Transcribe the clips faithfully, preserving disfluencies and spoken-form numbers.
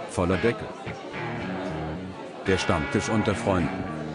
Voller Deckel. Der Stammtisch unter Freunden.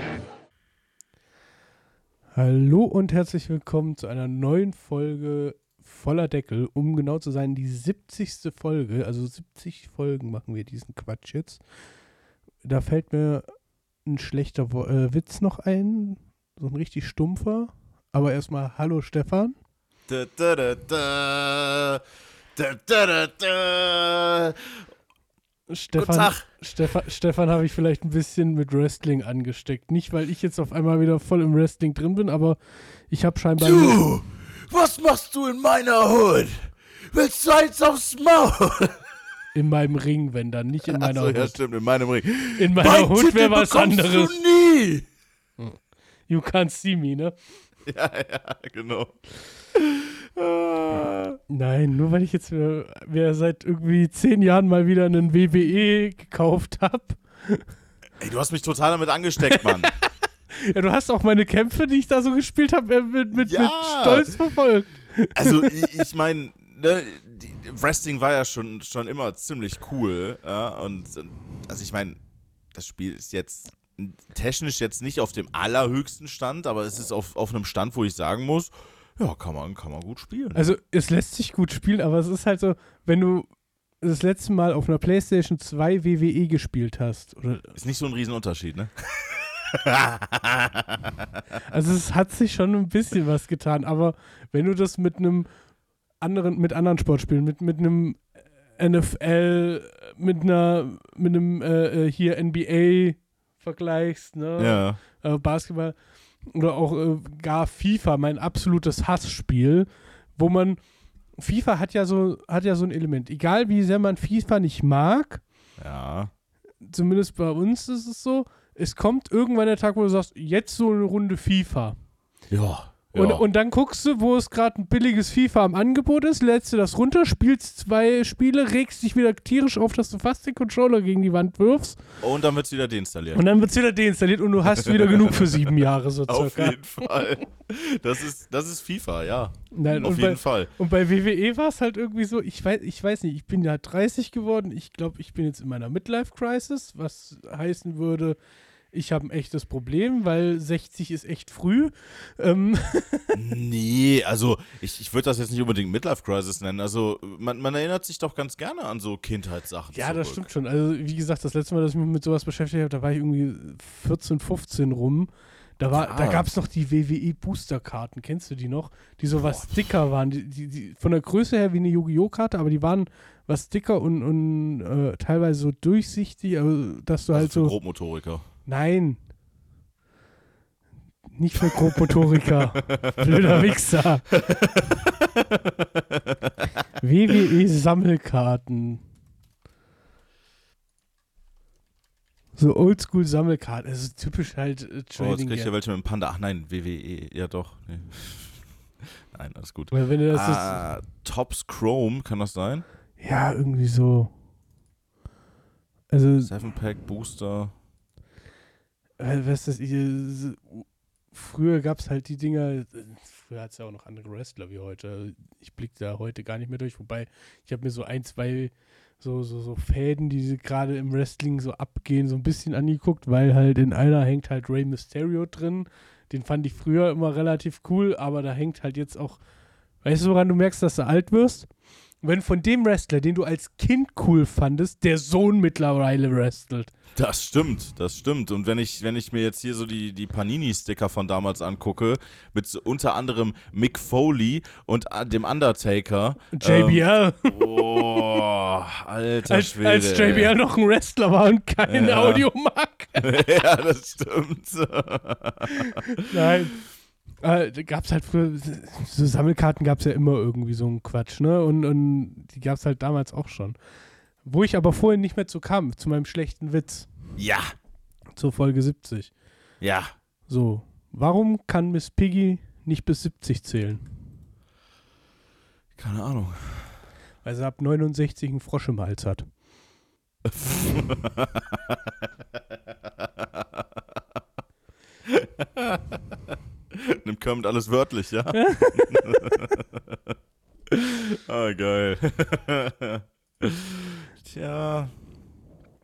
Hallo und herzlich willkommen zu einer neuen Folge Voller Deckel. Um genau zu sein, die siebzigste Folge. Also siebzig Folgen machen wir diesen Quatsch jetzt. Da fällt mir ein schlechter Wo- äh, Witz noch ein. So ein richtig stumpfer. Aber erstmal hallo Stefan. Da, da, da, da. Da, da, da, da. Stefan, Guten Tag. Stefan, Stefan habe ich vielleicht ein bisschen mit Wrestling angesteckt. Nicht, weil ich jetzt auf einmal wieder voll im Wrestling drin bin, aber ich habe scheinbar... Du, was machst du in meiner Hut? Willst du eins aufs Maul? In meinem Ring, wenn dann, nicht in meiner Achso, ja Hut. stimmt, in meinem Ring. In meiner Mein Hut Titel wäre was bekommst anderes. du nie. You can't see me, ne? Ja, ja, genau. Ah. Nein, nur weil ich jetzt mir, mir seit irgendwie zehn Jahren mal wieder einen W W E gekauft habe. Ey, du hast mich total damit angesteckt, Mann. Ja, du hast auch meine Kämpfe, die ich da so gespielt habe, mit, mit, Ja. mit Stolz verfolgt. Also, ich, ich meine, ne, die- Wrestling war ja schon, schon immer ziemlich cool. Ja, und also ich meine, das Spiel ist jetzt technisch jetzt nicht auf dem allerhöchsten Stand, aber es ist auf, auf einem Stand, wo ich sagen muss, ja, kann man, kann man gut spielen. Also, es lässt sich gut spielen, aber es ist halt so, wenn du das letzte Mal auf einer PlayStation zwei W W E gespielt hast. Oder, Ist nicht so ein Riesenunterschied, ne? also, es hat sich schon ein bisschen was getan, aber wenn du das mit einem anderen, mit anderen Sportspielen, mit, mit einem N F L, mit einer, mit einem äh, äh, hier N B A vergleichst, ne? Ja. Äh, Basketball oder auch äh, gar FIFA, mein absolutes Hassspiel, wo man FIFA hat ja so hat ja so ein Element, egal wie sehr man FIFA nicht mag, Ja. zumindest bei uns ist es so, es kommt irgendwann der Tag, wo du sagst, jetzt so eine Runde FIFA. Ja. Und, ja. und dann guckst du, wo es gerade ein billiges FIFA am Angebot ist, lädst du das runter, spielst zwei Spiele, regst dich wieder tierisch auf, dass du fast den Controller gegen die Wand wirfst Und dann wird es wieder deinstalliert. und dann wird es wieder deinstalliert und du hast wieder genug für sieben Jahre so Auf circa. jeden Fall. Das ist, das ist FIFA, ja. Nein, Auf und jeden bei, Fall. Und bei W W E war es halt irgendwie so, ich weiß, ich weiß nicht, ich bin ja dreißig geworden, ich glaube, ich bin jetzt in meiner Midlife-Crisis, was heißen würde, ich habe ein echtes Problem, weil sechzig ist echt früh. Ähm, Nee, also ich, ich würde das jetzt nicht unbedingt Midlife-Crisis nennen. Also man, man erinnert sich doch ganz gerne an so Kindheitssachen ja, zurück. das stimmt schon. Also wie gesagt, das letzte Mal, dass ich mich mit sowas beschäftigt habe, da war ich irgendwie vierzehn, fünfzehn rum. Da, war, Ah. da gab es noch die W W E-Booster-Karten, kennst du die noch? Die so was dicker waren, die, die, die von der Größe her wie eine Yu-Gi-Oh! Karte, aber die waren was dicker und, und äh, teilweise so durchsichtig, also, dass du Also halt für so... Grobmotoriker. Nein. Nicht für Grobmotoriker. Blöder Wichser. W W E-Sammelkarten. So Oldschool-Sammelkarten. Also typisch halt äh, Oh, jetzt Trading. krieg ich ja Geld. welche mit dem Panda. Ach nein, W W E. Ja doch. Nee. Nein, alles gut. Weil wenn du das Ah, Topps Chrome, kann das sein? ist, ja, irgendwie so. Also, Seven Pack, Booster. äh, was ist das? Ich, früher gab es halt die Dinger, äh, früher hat es ja auch noch andere Wrestler wie heute. Ich blicke da heute gar nicht mehr durch, wobei ich habe mir so ein, zwei so, so, so Fäden, die gerade im Wrestling so abgehen, so ein bisschen angeguckt, weil halt in einer hängt halt Rey Mysterio drin. Den fand ich früher immer relativ cool, aber da hängt halt jetzt auch, weißt du, woran du merkst, dass du alt wirst? Wenn von dem Wrestler, den du als Kind cool fandest, der Sohn mittlerweile wrestelt. Das stimmt, das stimmt. Und wenn ich, wenn ich mir jetzt hier so die, die Panini-Sticker von damals angucke, mit so unter anderem Mick Foley und äh, dem Undertaker. J B L. Ähm, oh, alter als, Schwede. als J B L ey. noch ein Wrestler war und kein Ja. Audiomark. Ja, das stimmt. Nein. Äh, da gab es halt früher, so Sammelkarten gab es ja immer irgendwie so einen Quatsch, ne? Und, und die gab es halt damals auch schon. Wo ich aber vorhin nicht mehr zu kam, zu meinem schlechten Witz, Ja, zur Folge siebzig. ja. So, warum kann Miss Piggy nicht bis siebzig zählen? Keine Ahnung. Weil sie ab neunundsechzig einen Frosch im Hals hat. Nimmt Kermit alles wörtlich, ja? Ah, geil. Tja.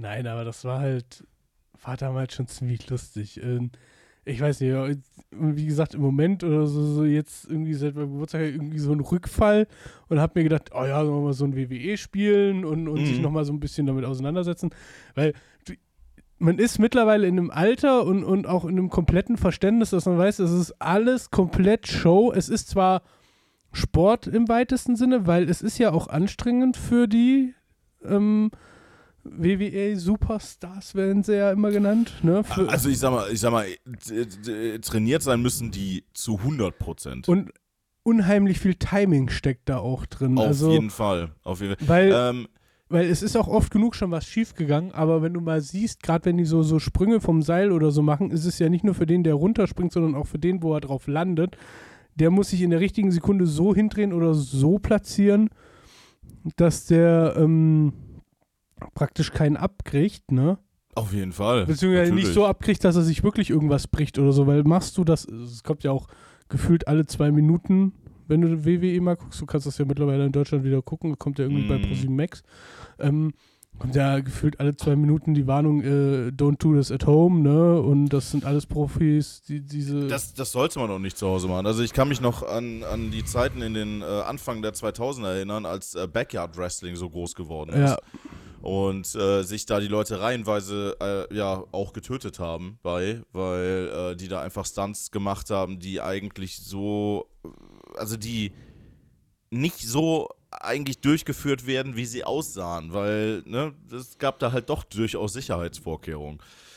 Nein, aber das war halt, war damals schon ziemlich lustig. Ähm, Ich weiß nicht, ja, wie gesagt, im Moment oder so, so jetzt irgendwie seit meinem Geburtstag irgendwie so ein Rückfall und habe mir gedacht, oh ja, sollen wir mal so ein W W E spielen und, und Mhm. sich nochmal so ein bisschen damit auseinandersetzen, weil du- man ist mittlerweile in einem Alter und, und auch in einem kompletten Verständnis, dass man weiß, es ist alles komplett Show. Es ist zwar Sport im weitesten Sinne, weil es ist ja auch anstrengend für die ähm, W W E-Superstars werden sie ja immer genannt. Ne? Für, Also ich sag mal, ich sag mal, t- t- trainiert sein müssen die zu hundert Prozent. und unheimlich viel Timing steckt da auch drin. Auf also, jeden Fall. Auf jeden Fall. Weil, Ähm, weil es ist auch oft genug schon was schiefgegangen, aber wenn du mal siehst, gerade wenn die so, so Sprünge vom Seil oder so machen, ist es ja nicht nur für den, der runterspringt, sondern auch für den, wo er drauf landet. Der muss sich in der richtigen Sekunde so hindrehen oder so platzieren, dass der ähm, praktisch keinen abkriegt, ne? auf jeden Fall. Beziehungsweise natürlich. nicht so abkriegt, dass er sich wirklich irgendwas bricht oder so, weil machst du das, es kommt ja auch gefühlt alle zwei Minuten, wenn du W W E mal guckst, du kannst das ja mittlerweile in Deutschland wieder gucken, kommt ja irgendwie Mm. bei ProSieben Max, ähm, kommt ja gefühlt alle zwei Minuten die Warnung, äh, don't do this at home, ne, und das sind alles Profis, die diese... Das, das sollte man auch nicht zu Hause machen. Also ich kann mich noch an, an die Zeiten in den äh, Anfang der zweitausender erinnern, als äh, Backyard Wrestling so groß geworden ist. ja, Und äh, sich da die Leute reihenweise äh, ja auch getötet haben bei, weil äh, die da einfach Stunts gemacht haben, die eigentlich so, also die nicht so eigentlich durchgeführt werden, wie sie aussahen, weil ne, es gab da halt doch durchaus Sicherheitsvorkehrungen.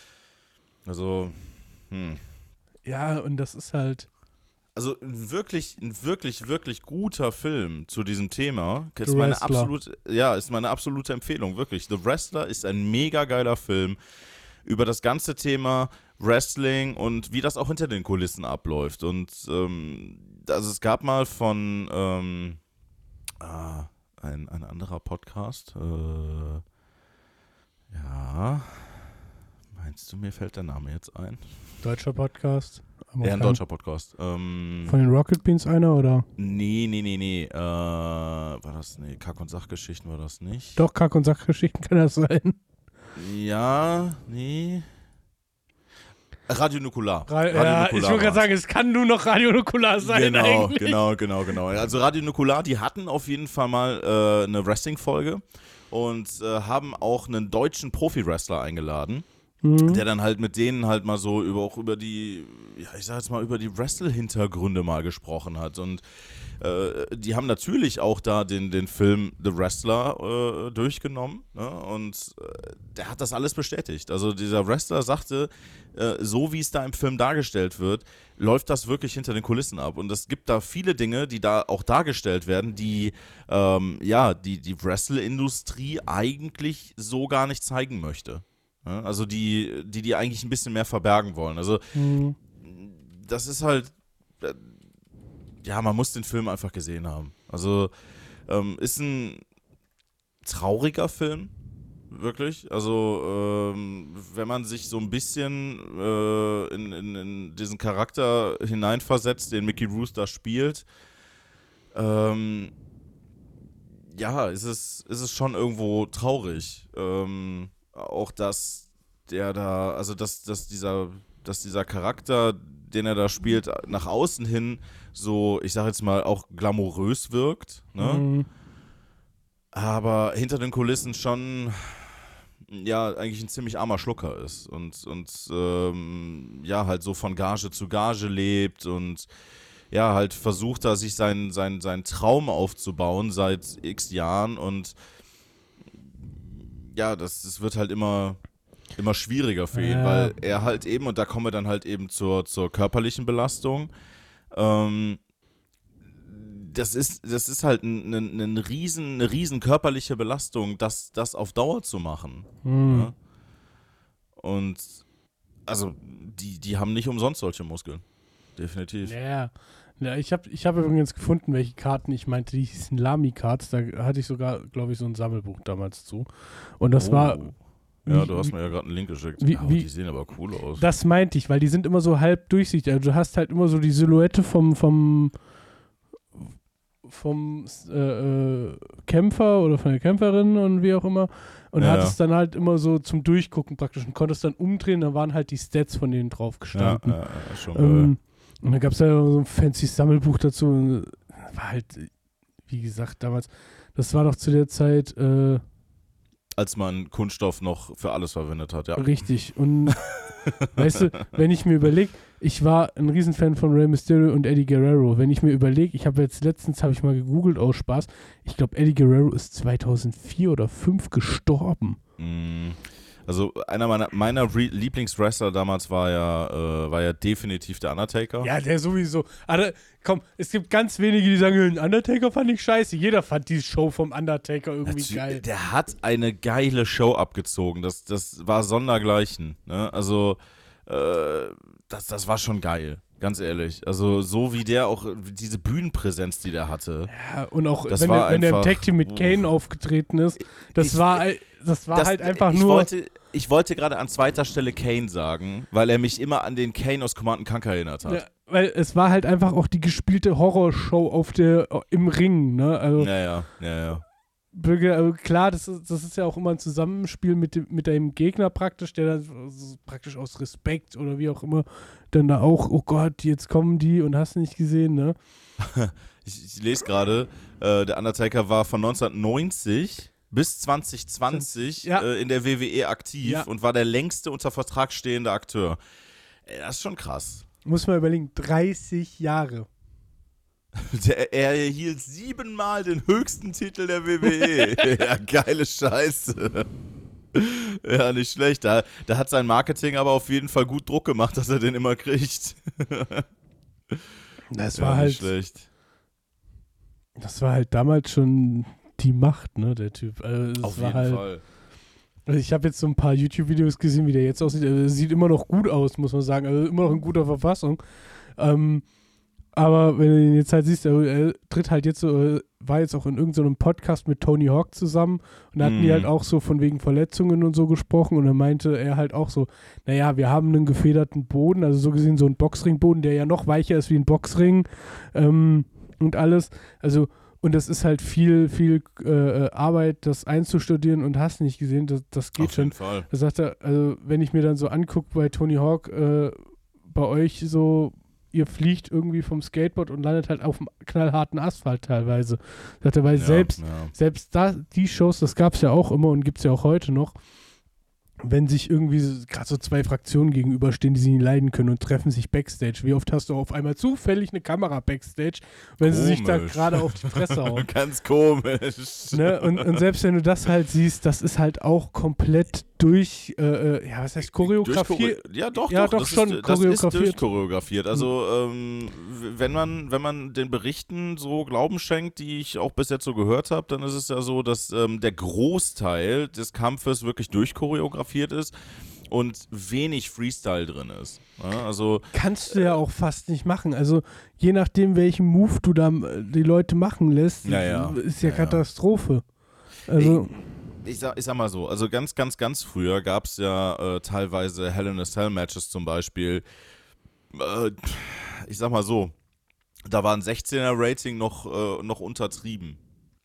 Also, hm. ja, und das ist halt Also ein wirklich, ein wirklich, wirklich guter Film zu diesem Thema. Ist The meine Wrestler. absolute, ja, ist meine absolute Empfehlung, wirklich. The Wrestler ist ein mega geiler Film über das ganze Thema Wrestling und wie das auch hinter den Kulissen abläuft. Und ähm, also es gab mal von ähm, ah, ein, ein anderer Podcast. Äh, ja, meinst du, mir fällt der Name jetzt ein? deutscher Podcast. Ja, ein deutscher Podcast. Ähm, Von den Rocket Beans einer, oder? Nee, nee, nee, nee. Äh, war das, nee, Kack- und Sachgeschichten war das nicht? Doch, Kack- und Sachgeschichten kann das sein. Ja, nee. Radio Nukular. Ra Radio ja, Nukular ich wollte gerade war's. sagen, es kann nur noch Radio Nukular sein Genau, eigentlich. genau, genau, genau. Also Radio Nukular, die hatten auf jeden Fall mal äh, eine Wrestling-Folge und äh, haben auch einen deutschen Profi-Wrestler eingeladen, Mhm. der dann halt mit denen halt mal so über auch über die, ja, ich sag jetzt mal, über die Wrestle-Hintergründe mal gesprochen hat. Und äh, die haben natürlich auch da den, den Film The Wrestler äh, durchgenommen, ne? Und äh, der hat das alles bestätigt. Also dieser Wrestler sagte, äh, so wie es da im Film dargestellt wird, läuft das wirklich hinter den Kulissen ab. Und es gibt da viele Dinge, die da auch dargestellt werden, die ähm, ja, die, die Wrestle-Industrie eigentlich so gar nicht zeigen möchte. Ja, also die, die die eigentlich ein bisschen mehr verbergen wollen. Also Mhm. das ist halt, äh, ja, man muss den Film einfach gesehen haben. Also ähm, ist ein trauriger Film, wirklich. Also ähm, wenn man sich so ein bisschen äh, in, in, in diesen Charakter hineinversetzt, den Mickey Rourke da spielt, ähm, ja, ist es, ist es schon irgendwo traurig. Ähm, auch, dass der da, also dass, dass dieser, dass dieser Charakter, den er da spielt, nach außen hin so, ich sag jetzt mal, auch glamourös wirkt, ne? Mhm. Aber hinter den Kulissen schon, ja, eigentlich ein ziemlich armer Schlucker ist und, und ähm, ja, halt so von Gage zu Gage lebt und ja, halt versucht da sich seinen sein, sein Traum aufzubauen seit x Jahren und ja, das, das wird halt immer, immer schwieriger für ihn, Ja. weil er halt eben, und da kommen wir dann halt eben zur, zur körperlichen Belastung, ähm, das ist, das ist halt ein, ein, ein riesen, eine riesen körperliche Belastung, das, das auf Dauer zu machen. Mhm. Ja? Und also, die, die haben nicht umsonst solche Muskeln. Definitiv. Ja, ja, ich habe ich hab übrigens gefunden, welche Karten ich meinte, die hießen Lamy-Cards. Da hatte ich sogar, glaube ich, so ein Sammelbuch damals zu. Und das Oh. war, Ja, wie- du hast wie- mir ja gerade einen Link geschickt. wie- Ja, wie- die sehen aber cool aus. das meinte ich, weil die sind immer so halb durchsichtig. Also du hast halt immer so die Silhouette vom, vom vom äh, äh, Kämpfer oder von der Kämpferin und wie auch immer und Ja. hattest dann halt immer so zum Durchgucken praktisch und konntest dann umdrehen, da waren halt die Stats von denen drauf Ja, gestanden. ja, ja, schon Ähm, und dann gab es ja so ein fancy Sammelbuch dazu. Und war halt, wie gesagt, damals, das war noch zu der Zeit äh, als man Kunststoff noch für alles verwendet hat, ja. richtig. Und weißt du, wenn ich mir überlege, ich war ein Riesenfan von Rey Mysterio und Eddie Guerrero. Wenn ich mir überlege, ich habe jetzt letztens, habe ich mal gegoogelt aus Spaß, ich glaube Eddie Guerrero ist zweitausendvier oder zweitausendfünf gestorben. Mm. Also einer meiner, meiner Re- Lieblingswrestler damals war ja, äh, war ja definitiv der Undertaker. Ja, der sowieso. Aber komm, es gibt ganz wenige, die sagen, ein Undertaker fand ich scheiße. Jeder fand die Show vom Undertaker irgendwie Natür- geil. Der hat eine geile Show abgezogen. Das, das war sondergleichen. Ne? Also, äh, das, das war schon geil. Ganz ehrlich. Also, so wie der auch, diese Bühnenpräsenz, die der hatte. Ja, und auch Das wenn, war er, wenn er im einfach- Tag-Team mit Kane aufgetreten ist, das Ich- war, das war Das- halt einfach ich nur. Wollte, ich wollte gerade an zweiter Stelle Kane sagen, weil er mich immer an den Kane aus Command and Conquer erinnert hat. Ja, weil es war halt einfach auch die gespielte Horrorshow auf der, im Ring, ne? Also, Ja, ja, ja, ja. Bürger, also klar, das ist, das ist ja auch immer ein Zusammenspiel mit dem, mit deinem Gegner praktisch, der dann so praktisch aus Respekt oder wie auch immer dann da auch, oh Gott, jetzt kommen die und hast nicht gesehen, ne? Ich, ich lese gerade, äh, der Undertaker war von neunzehnhundertneunzig bis zwanzig zwanzig Ja. äh, in der W W E aktiv Ja. und war der längste unter Vertrag stehende Akteur. Ey, das ist schon krass. Muss man überlegen, dreißig Jahre. Der, er erhielt siebenmal den höchsten Titel der W W E. Ja, geile Scheiße. Ja, nicht schlecht. Da, da hat sein Marketing aber auf jeden Fall gut Druck gemacht, dass er den immer kriegt. Das Ja, war halt, nicht schlecht. das war halt damals schon die Macht, ne, der Typ. Also das Auf war jeden halt, Fall. Also ich habe jetzt so ein paar YouTube-Videos gesehen, wie der jetzt aussieht. Also, sieht immer noch gut aus, muss man sagen. Also immer noch in guter Verfassung. Ähm, aber wenn du ihn jetzt halt siehst, er, er tritt halt jetzt so, äh, war jetzt auch in irgendeinem Podcast mit Tony Hawk zusammen und da hatten die Mhm. halt auch so von wegen Verletzungen und so gesprochen und dann meinte er halt auch so, naja, wir haben einen gefederten Boden, also so gesehen so einen Boxringboden, der ja noch weicher ist wie ein Boxring ähm, und alles. Also und das ist halt viel, viel äh, Arbeit, das einzustudieren und hast nicht gesehen, das, das geht Auf schon. jeden Fall. Da sagt er, also wenn ich mir dann so angucke bei Tony Hawk, äh, bei euch so, ihr fliegt irgendwie vom Skateboard und landet halt auf dem knallharten Asphalt teilweise. Sagt er, weil Ja, selbst, ja. selbst da, die Shows, das gab es ja auch immer und gibt es ja auch heute noch, wenn sich irgendwie so- gerade so zwei Fraktionen gegenüberstehen, die sie nicht leiden können und treffen sich Backstage. Wie oft hast du auf einmal zufällig eine Kamera Backstage, wenn sie sich da Komisch. gerade auf die Fresse hauen? Ganz komisch. Ne? Und, und selbst wenn du das halt siehst, das ist halt auch komplett durch, äh, äh, ja, was heißt Choreografie? Durchchore- Ja, doch, Ja, doch, doch das schon ist, das ist choreografiert. durchchoreografiert. Also, ähm, w- wenn man, wenn man den Berichten so Glauben schenkt, die ich auch bis jetzt so gehört habe, dann ist es ja so, dass ähm, der Großteil des Kampfes wirklich durchchoreografiert ist und wenig Freestyle drin ist. Ja, also, Kannst du ja auch fast nicht machen. Also je nachdem, welchen Move du da äh, die Leute machen lässt, Ja, ja. ist ja, Ja, ja. Katastrophe. Also, ich sag, ich sag mal so, also ganz, ganz, ganz früher gab es ja äh, teilweise Hell in a Cell Matches zum Beispiel. Äh, ich sag mal so, da war ein sechzehner Rating noch, äh, noch untertrieben.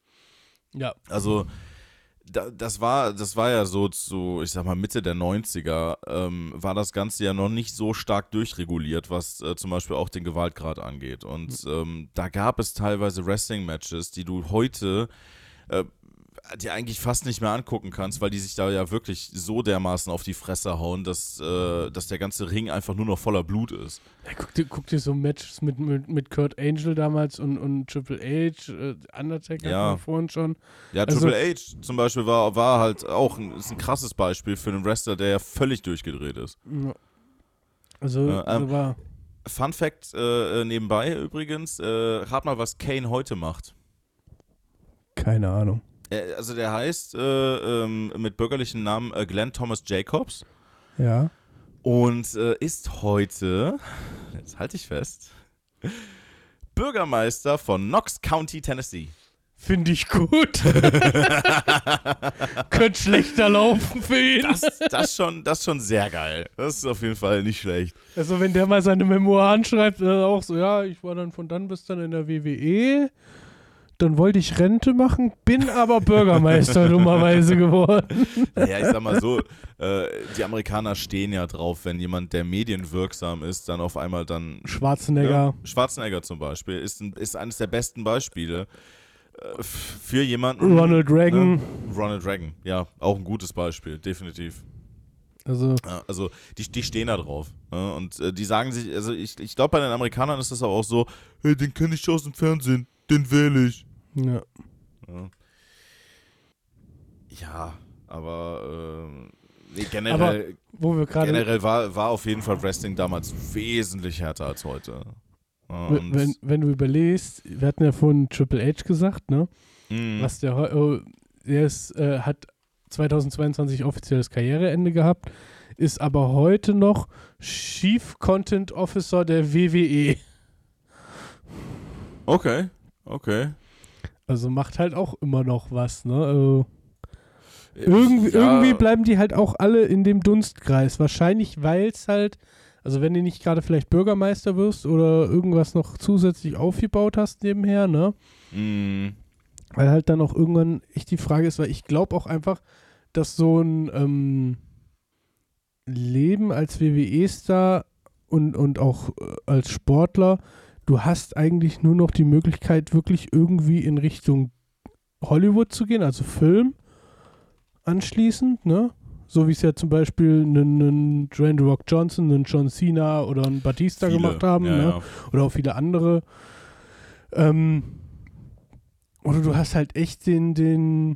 ja. Also da, das war, das war ja so zu, ich sag mal Mitte der neunziger, ähm, war das Ganze ja noch nicht so stark durchreguliert, was äh, zum Beispiel auch den Gewaltgrad angeht. Und ähm, da gab es teilweise Wrestling-Matches, die du heute äh, dir eigentlich fast nicht mehr angucken kannst, weil die sich da ja wirklich so dermaßen auf die Fresse hauen, dass, äh, dass der ganze Ring einfach nur noch voller Blut ist. Ja, guck, dir, guck dir so Matches mit, mit, mit Kurt Angle damals und, und Triple H, äh, Undertaker Ja. hatten wir vorhin schon. Ja, Also- Triple H zum Beispiel war, war halt auch ein, ist ein krasses Beispiel für einen Wrestler, der ja völlig durchgedreht ist. Ja. Also, Ja, ähm, also war, Fun Fact äh, nebenbei übrigens, äh, rat mal, was Kane heute macht. keine Ahnung. Äh, also der heißt äh, ähm, mit bürgerlichen Namen äh, Glenn Thomas Jacobs Ja. und äh, ist heute, jetzt halte ich fest, Bürgermeister von Knox County, Tennessee. Finde ich gut. Könnte schlechter laufen für ihn. Das, das, schon, das schon sehr geil. Das ist auf jeden Fall nicht schlecht. Also wenn der mal seine Memoiren schreibt, dann auch so, ja, ich war dann von dann bis dann in der W W E dann wollte ich Rente machen, bin aber Bürgermeister dummerweise geworden. Naja, ich sag mal so, äh, die Amerikaner stehen ja drauf, wenn jemand, der medienwirksam ist, dann auf einmal dann... Schwarzenegger. Ja, Schwarzenegger zum Beispiel ist, ein, ist eines der besten Beispiele äh, für jemanden... Ronald Reagan. Ne? Ronald Reagan, ja, auch ein gutes Beispiel, definitiv. Also, Ja, also die, die stehen da drauf. Ne? Und äh, die sagen sich, also ich, ich glaube, bei den Amerikanern ist das aber auch so, hey, den kenne ich aus dem Fernsehen, den wähle ich. ja. Ja, ja aber äh, nee, generell, Aber wo wir gerade, generell war, war auf jeden Fall Wrestling damals wesentlich härter als heute. Ja, und, wenn, wenn du überlegst, wir hatten ja vorhin Triple H gesagt, ne? mh, Was der, heu- oh, der ist, äh, hat zweitausendzweiundzwanzig offizielles Karriereende gehabt, ist aber heute noch Chief Content Officer der W W E. okay, okay. Also macht halt auch immer noch was, ne? Also irgendwie, Ja, irgendwie bleiben die halt auch alle in dem Dunstkreis. Wahrscheinlich, weil es halt, also wenn du nicht gerade vielleicht Bürgermeister wirst oder irgendwas noch zusätzlich aufgebaut hast nebenher, ne? mh, Weil halt dann auch irgendwann echt die Frage ist, weil ich glaube auch einfach, dass so ein ähm, Leben als W W E-Star und, und auch äh, als Sportler, du hast eigentlich nur noch die Möglichkeit, wirklich irgendwie in Richtung Hollywood zu gehen, also Film anschließend, ne? So wie es ja zum Beispiel einen, einen Dwayne The Rock Johnson, einen John Cena oder einen Batista viele, gemacht haben, ja, ne? ja. Oder auch viele andere. Ähm, oder du hast halt echt den, den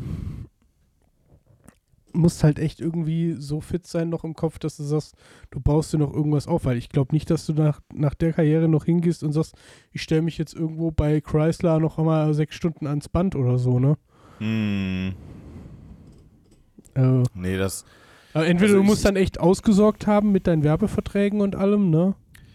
musst halt echt irgendwie so fit sein noch im Kopf, dass du sagst, du baust dir noch irgendwas auf, weil ich glaube nicht, dass du nach, nach der Karriere noch hingehst und sagst, ich stelle mich jetzt irgendwo bei Chrysler noch einmal sechs Stunden ans Band oder so, ne? Hm, Äh, nee, das, aber entweder Also du ich- musst dann echt ausgesorgt haben mit deinen Werbeverträgen und allem, ne?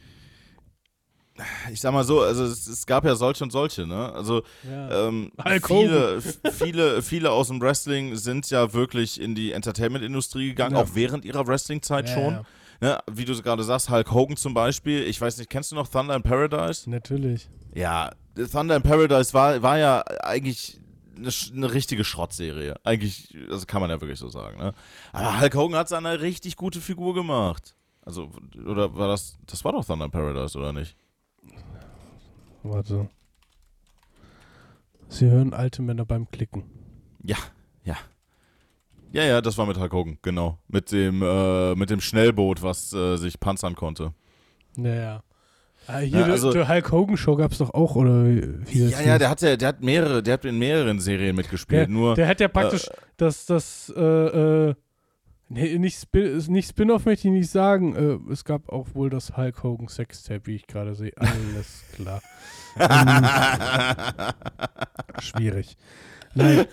ich sag mal so, also es, es gab ja solche und solche, ne? Also Ja. ähm, Hulk viele, f- viele, viele aus dem Wrestling sind ja wirklich in die Entertainment-Industrie gegangen, Ja. auch während ihrer Wrestling-Zeit Ja, schon. ja. Ne? Wie du gerade sagst, Hulk Hogan zum Beispiel, ich weiß nicht, kennst du noch Thunder in Paradise? Natürlich. Ja, Thunder in Paradise war, war ja eigentlich eine, sch- eine richtige Schrottserie. Eigentlich, also kann man ja wirklich so sagen, ne? Aber Hulk Hogan hat seine richtig gute Figur gemacht. Also, oder war das, das war doch Thunder in Paradise, oder nicht? Warte. Sie hören alte Männer beim Klicken. Ja, ja. Ja, ja, das war mit Hulk Hogan, genau. Mit dem, äh, mit dem Schnellboot, was äh, sich panzern konnte. Naja. Ah, hier, Ja, also- der Hulk Hogan Show gab es doch auch, oder wie wie das Ja, hieß. ja, der hat ja, der hat mehrere, der hat in mehreren Serien mitgespielt. der, nur, der hat ja praktisch das, das, äh, äh, nee, nicht, Spin, nicht Spin-off möchte ich nicht sagen. Äh, es gab auch wohl das Hulk Hogan Sextape, wie ich gerade sehe. Alles klar. ähm, schwierig. Nein.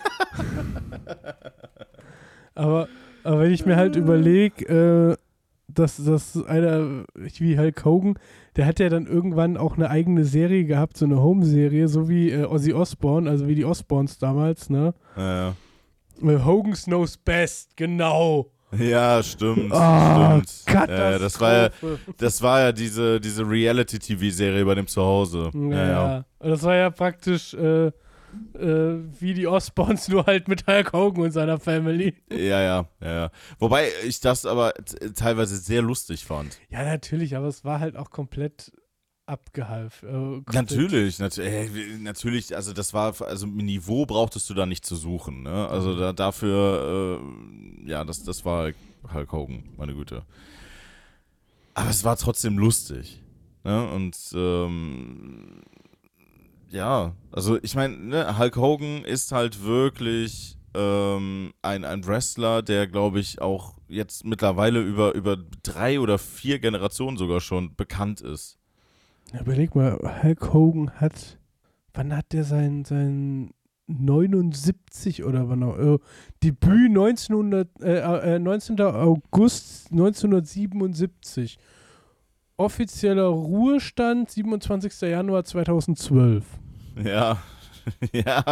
aber, aber wenn ich mir halt überlege, äh, dass, dass einer wie Hulk Hogan, der hat ja dann irgendwann auch eine eigene Serie gehabt, so eine Home-Serie, so wie äh, Ozzy Osbourne, also wie die Osbournes damals, ne? ja, Äh, Hogan's Knows Best, genau. ja, stimmt, Ah, stimmt. Ja, das war ja, Katastrophe. das war ja diese, diese Reality-T V-Serie bei dem Zuhause. Ja, Ja, ja. Und das war ja praktisch äh, äh, wie die Osbournes, nur halt mit Hulk Hogan und seiner Family. Ja, ja, ja, ja. Wobei ich das aber t- teilweise sehr lustig fand. Ja, natürlich, aber es war halt auch komplett abgehalf. Äh, komplett- Natürlich, nat äh, natürlich, also das war, also Niveau brauchtest du da nicht zu suchen, ne? Also da, dafür, äh, ja, das, das war Hulk Hogan, meine Güte. Aber es war trotzdem lustig, ne? Und, ähm, ja, also ich meine, ne, Hulk Hogan ist halt wirklich ähm, ein, ein Wrestler, der, glaube ich, auch jetzt mittlerweile über, über drei oder vier Generationen sogar schon bekannt ist. Ja, überleg mal, Hulk Hogan hat, wann hat der sein, sein neunundsiebzig oder wann auch, äh, Debüt neunzehnhundert, äh, äh, neunzehnten August neunzehnhundertsiebenundsiebzig. Offizieller Ruhestand siebenundzwanzigsten Januar zweitausendzwölf. Ja, ja.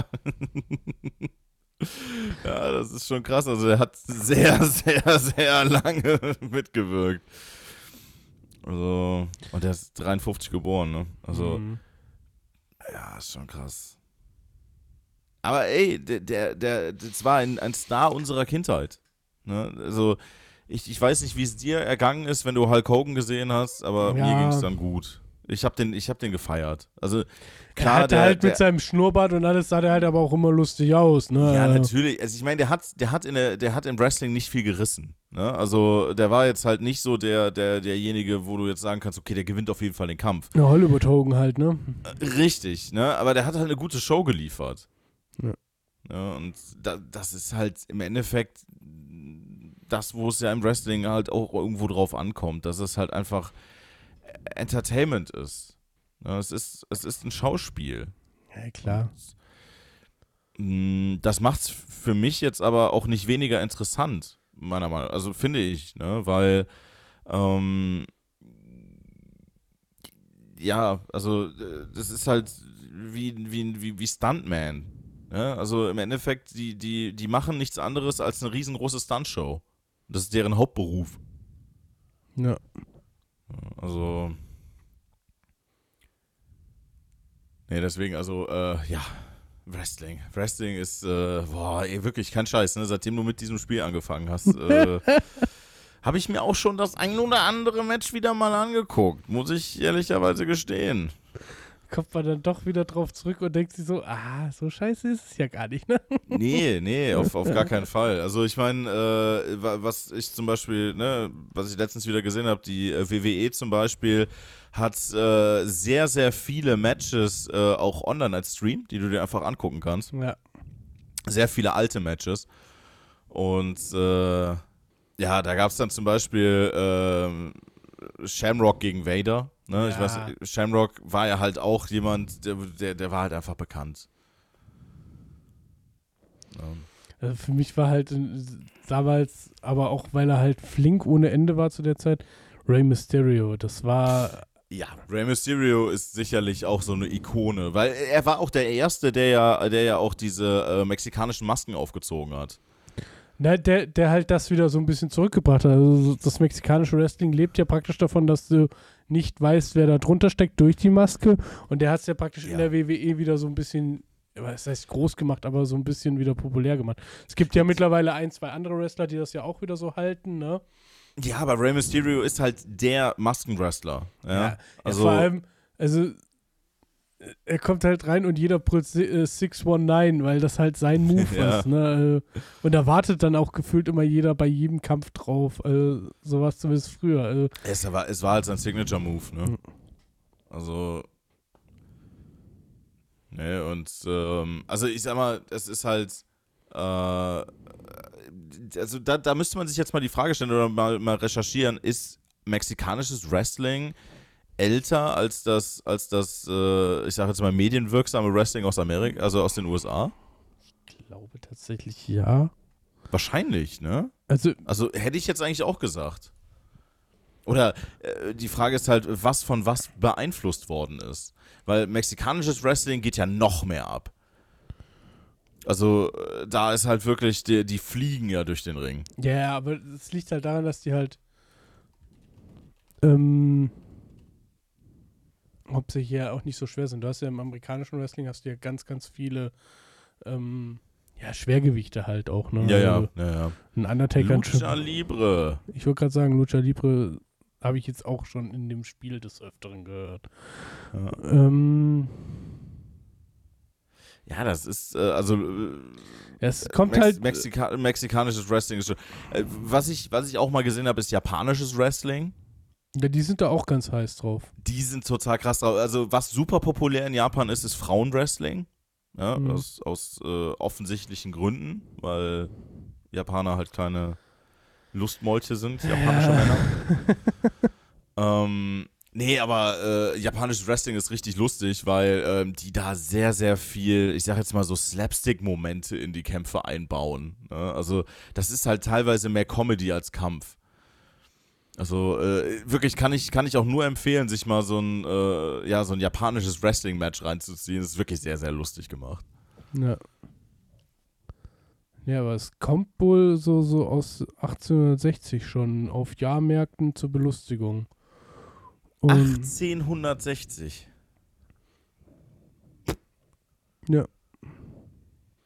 Ja, das ist schon krass. Also er hat sehr, sehr, sehr lange mitgewirkt. Also, und er ist dreiundfünfzig geboren, ne? Also, Mhm. ja, ist schon krass. Aber ey, der, der, der, das war ein, ein Star unserer Kindheit. Ne? Also, ich, ich weiß nicht, wie es dir ergangen ist, wenn du Hulk Hogan gesehen hast, aber Ja. mir ging es dann gut. Ich hab den, ich hab den gefeiert. Also, Er klar, hatte der, halt der, mit seinem Schnurrbart und alles sah der halt aber auch immer lustig aus, ne? ja, natürlich. Also ich meine, der hat, der hat in der, der hat im Wrestling nicht viel gerissen. Ne? Also der war jetzt halt nicht so der, der, derjenige, wo du jetzt sagen kannst, okay, der gewinnt auf jeden Fall den Kampf. Ja, Hollywood Hogan halt, ne? Richtig, ne? Aber der hat halt eine gute Show geliefert. Ja. Ja, und da, das ist halt im Endeffekt das, wo es ja im Wrestling halt auch irgendwo drauf ankommt, dass es halt einfach Entertainment ist. Ja, es ist, es ist ein Schauspiel. Ja, klar. Und das macht's für mich jetzt aber auch nicht weniger interessant, meiner Meinung nach. Also finde ich, ne? Weil ähm, ja, also äh, das ist halt wie, wie, wie, wie Stuntman. Ne? Also im Endeffekt, die, die, die machen nichts anderes als eine riesengroße Stuntshow. Das ist deren Hauptberuf. Ja. Also nee, deswegen, also äh, ja, Wrestling. Wrestling ist, äh, boah, ey, wirklich kein Scheiß, ne? Seitdem du mit diesem Spiel angefangen hast, äh, habe ich mir auch schon das ein oder andere Match wieder mal angeguckt, muss ich ehrlicherweise gestehen. Kommt man dann doch wieder drauf zurück und denkt sich so, ah, so scheiße ist es ja gar nicht, ne? Nee, nee, auf, auf gar keinen Fall. Also ich meine, äh, wa- was ich zum Beispiel, ne, was ich letztens wieder gesehen habe, die äh, W W E zum Beispiel hat äh, sehr, sehr viele Matches äh, auch online als Stream, die du dir einfach angucken kannst. Ja. Sehr viele alte Matches. Und äh, ja, da gab es dann zum Beispiel ähm, Shamrock gegen Vader. Ne? Ich Ja. weiß, Shamrock war ja halt auch jemand, der, der, der war halt einfach bekannt. Ähm, Also für mich war halt äh, damals, aber auch weil er halt flink ohne Ende war zu der Zeit, Rey Mysterio. Das war, Ja, Rey Mysterio ist sicherlich auch so eine Ikone, weil er war auch der Erste, der ja, der ja auch diese äh, mexikanischen Masken aufgezogen hat. na, der, der halt das wieder so ein bisschen zurückgebracht hat. Also so- das mexikanische Wrestling lebt ja praktisch davon, dass du nicht weißt, wer da drunter steckt durch die Maske. Und der hat es ja praktisch Ja. in der W W E wieder so ein bisschen, was heißt groß gemacht, aber so ein bisschen wieder populär gemacht. Es gibt ja mittlerweile ein, zwei andere Wrestler, die das ja auch wieder so halten, ne? Ja, aber Rey Mysterio ist halt der Maskenwrestler. Ja, Ja, also ja, vor allem, also äh, er kommt halt rein und jeder brüllt äh, sechs neunzehn, weil das halt sein Move Ja. ist. Ne? Äh, Und da wartet dann auch gefühlt immer jeder bei jedem Kampf drauf. Äh, sowas zumindest früher. Äh, es war, es war halt sein Signature-Move, ne? Also ne, und ähm, also ich sag mal, es ist halt äh, also da, da müsste man sich jetzt mal die Frage stellen oder mal, mal recherchieren, ist mexikanisches Wrestling älter als das, als das, äh, ich sag jetzt mal, medienwirksame Wrestling aus Amerika, also aus den U S A? ich glaube tatsächlich ja. Wahrscheinlich, ne? Also, Also hätte ich jetzt eigentlich auch gesagt. Oder äh, die Frage ist halt, was von was beeinflusst worden ist. Weil mexikanisches Wrestling geht ja noch mehr ab. Also äh, da ist halt wirklich, die, die fliegen ja durch den Ring. ja, ja, aber es liegt halt daran, dass die halt ähm, hauptsächlich ja auch nicht so schwer sind. Du hast ja im amerikanischen Wrestling hast du ja ganz, ganz viele ähm, ja, Schwergewichte halt auch, ne? Ja, ja, Also, ja, ja. ein Undertaker, ein Lucha Libre. Ich wollte gerade sagen, Lucha Libre habe ich jetzt auch schon in dem Spiel des Öfteren gehört. Ja, Ähm, ja das ist, äh, also äh, es kommt Mex halt. Mexika mexikanisches Wrestling ist schon. Äh, was, ich, was ich auch mal gesehen habe, ist japanisches Wrestling. Ja, die sind da auch ganz heiß drauf. Die sind total krass drauf. Also, was super populär in Japan ist, ist Frauenwrestling. Ja, Mhm. aus, aus äh, offensichtlichen Gründen, weil Japaner halt kleine Lustmolche sind, japanische Männer. ähm, nee, aber äh, japanisches Wrestling ist richtig lustig, weil ähm, die da sehr, sehr viel, ich sag jetzt mal so Slapstick-Momente in die Kämpfe einbauen. Ne? Also, das ist halt teilweise mehr Comedy als Kampf. Also äh, wirklich kann ich, kann ich auch nur empfehlen, sich mal so ein, äh, ja, so ein japanisches Wrestling-Match reinzuziehen. Das ist wirklich sehr, sehr lustig gemacht. Ja. Ja, aber es kommt wohl so, so aus achtzehnhundertsechzig schon auf Jahrmärkten zur Belustigung. Und achtzehnhundertsechzig. ja.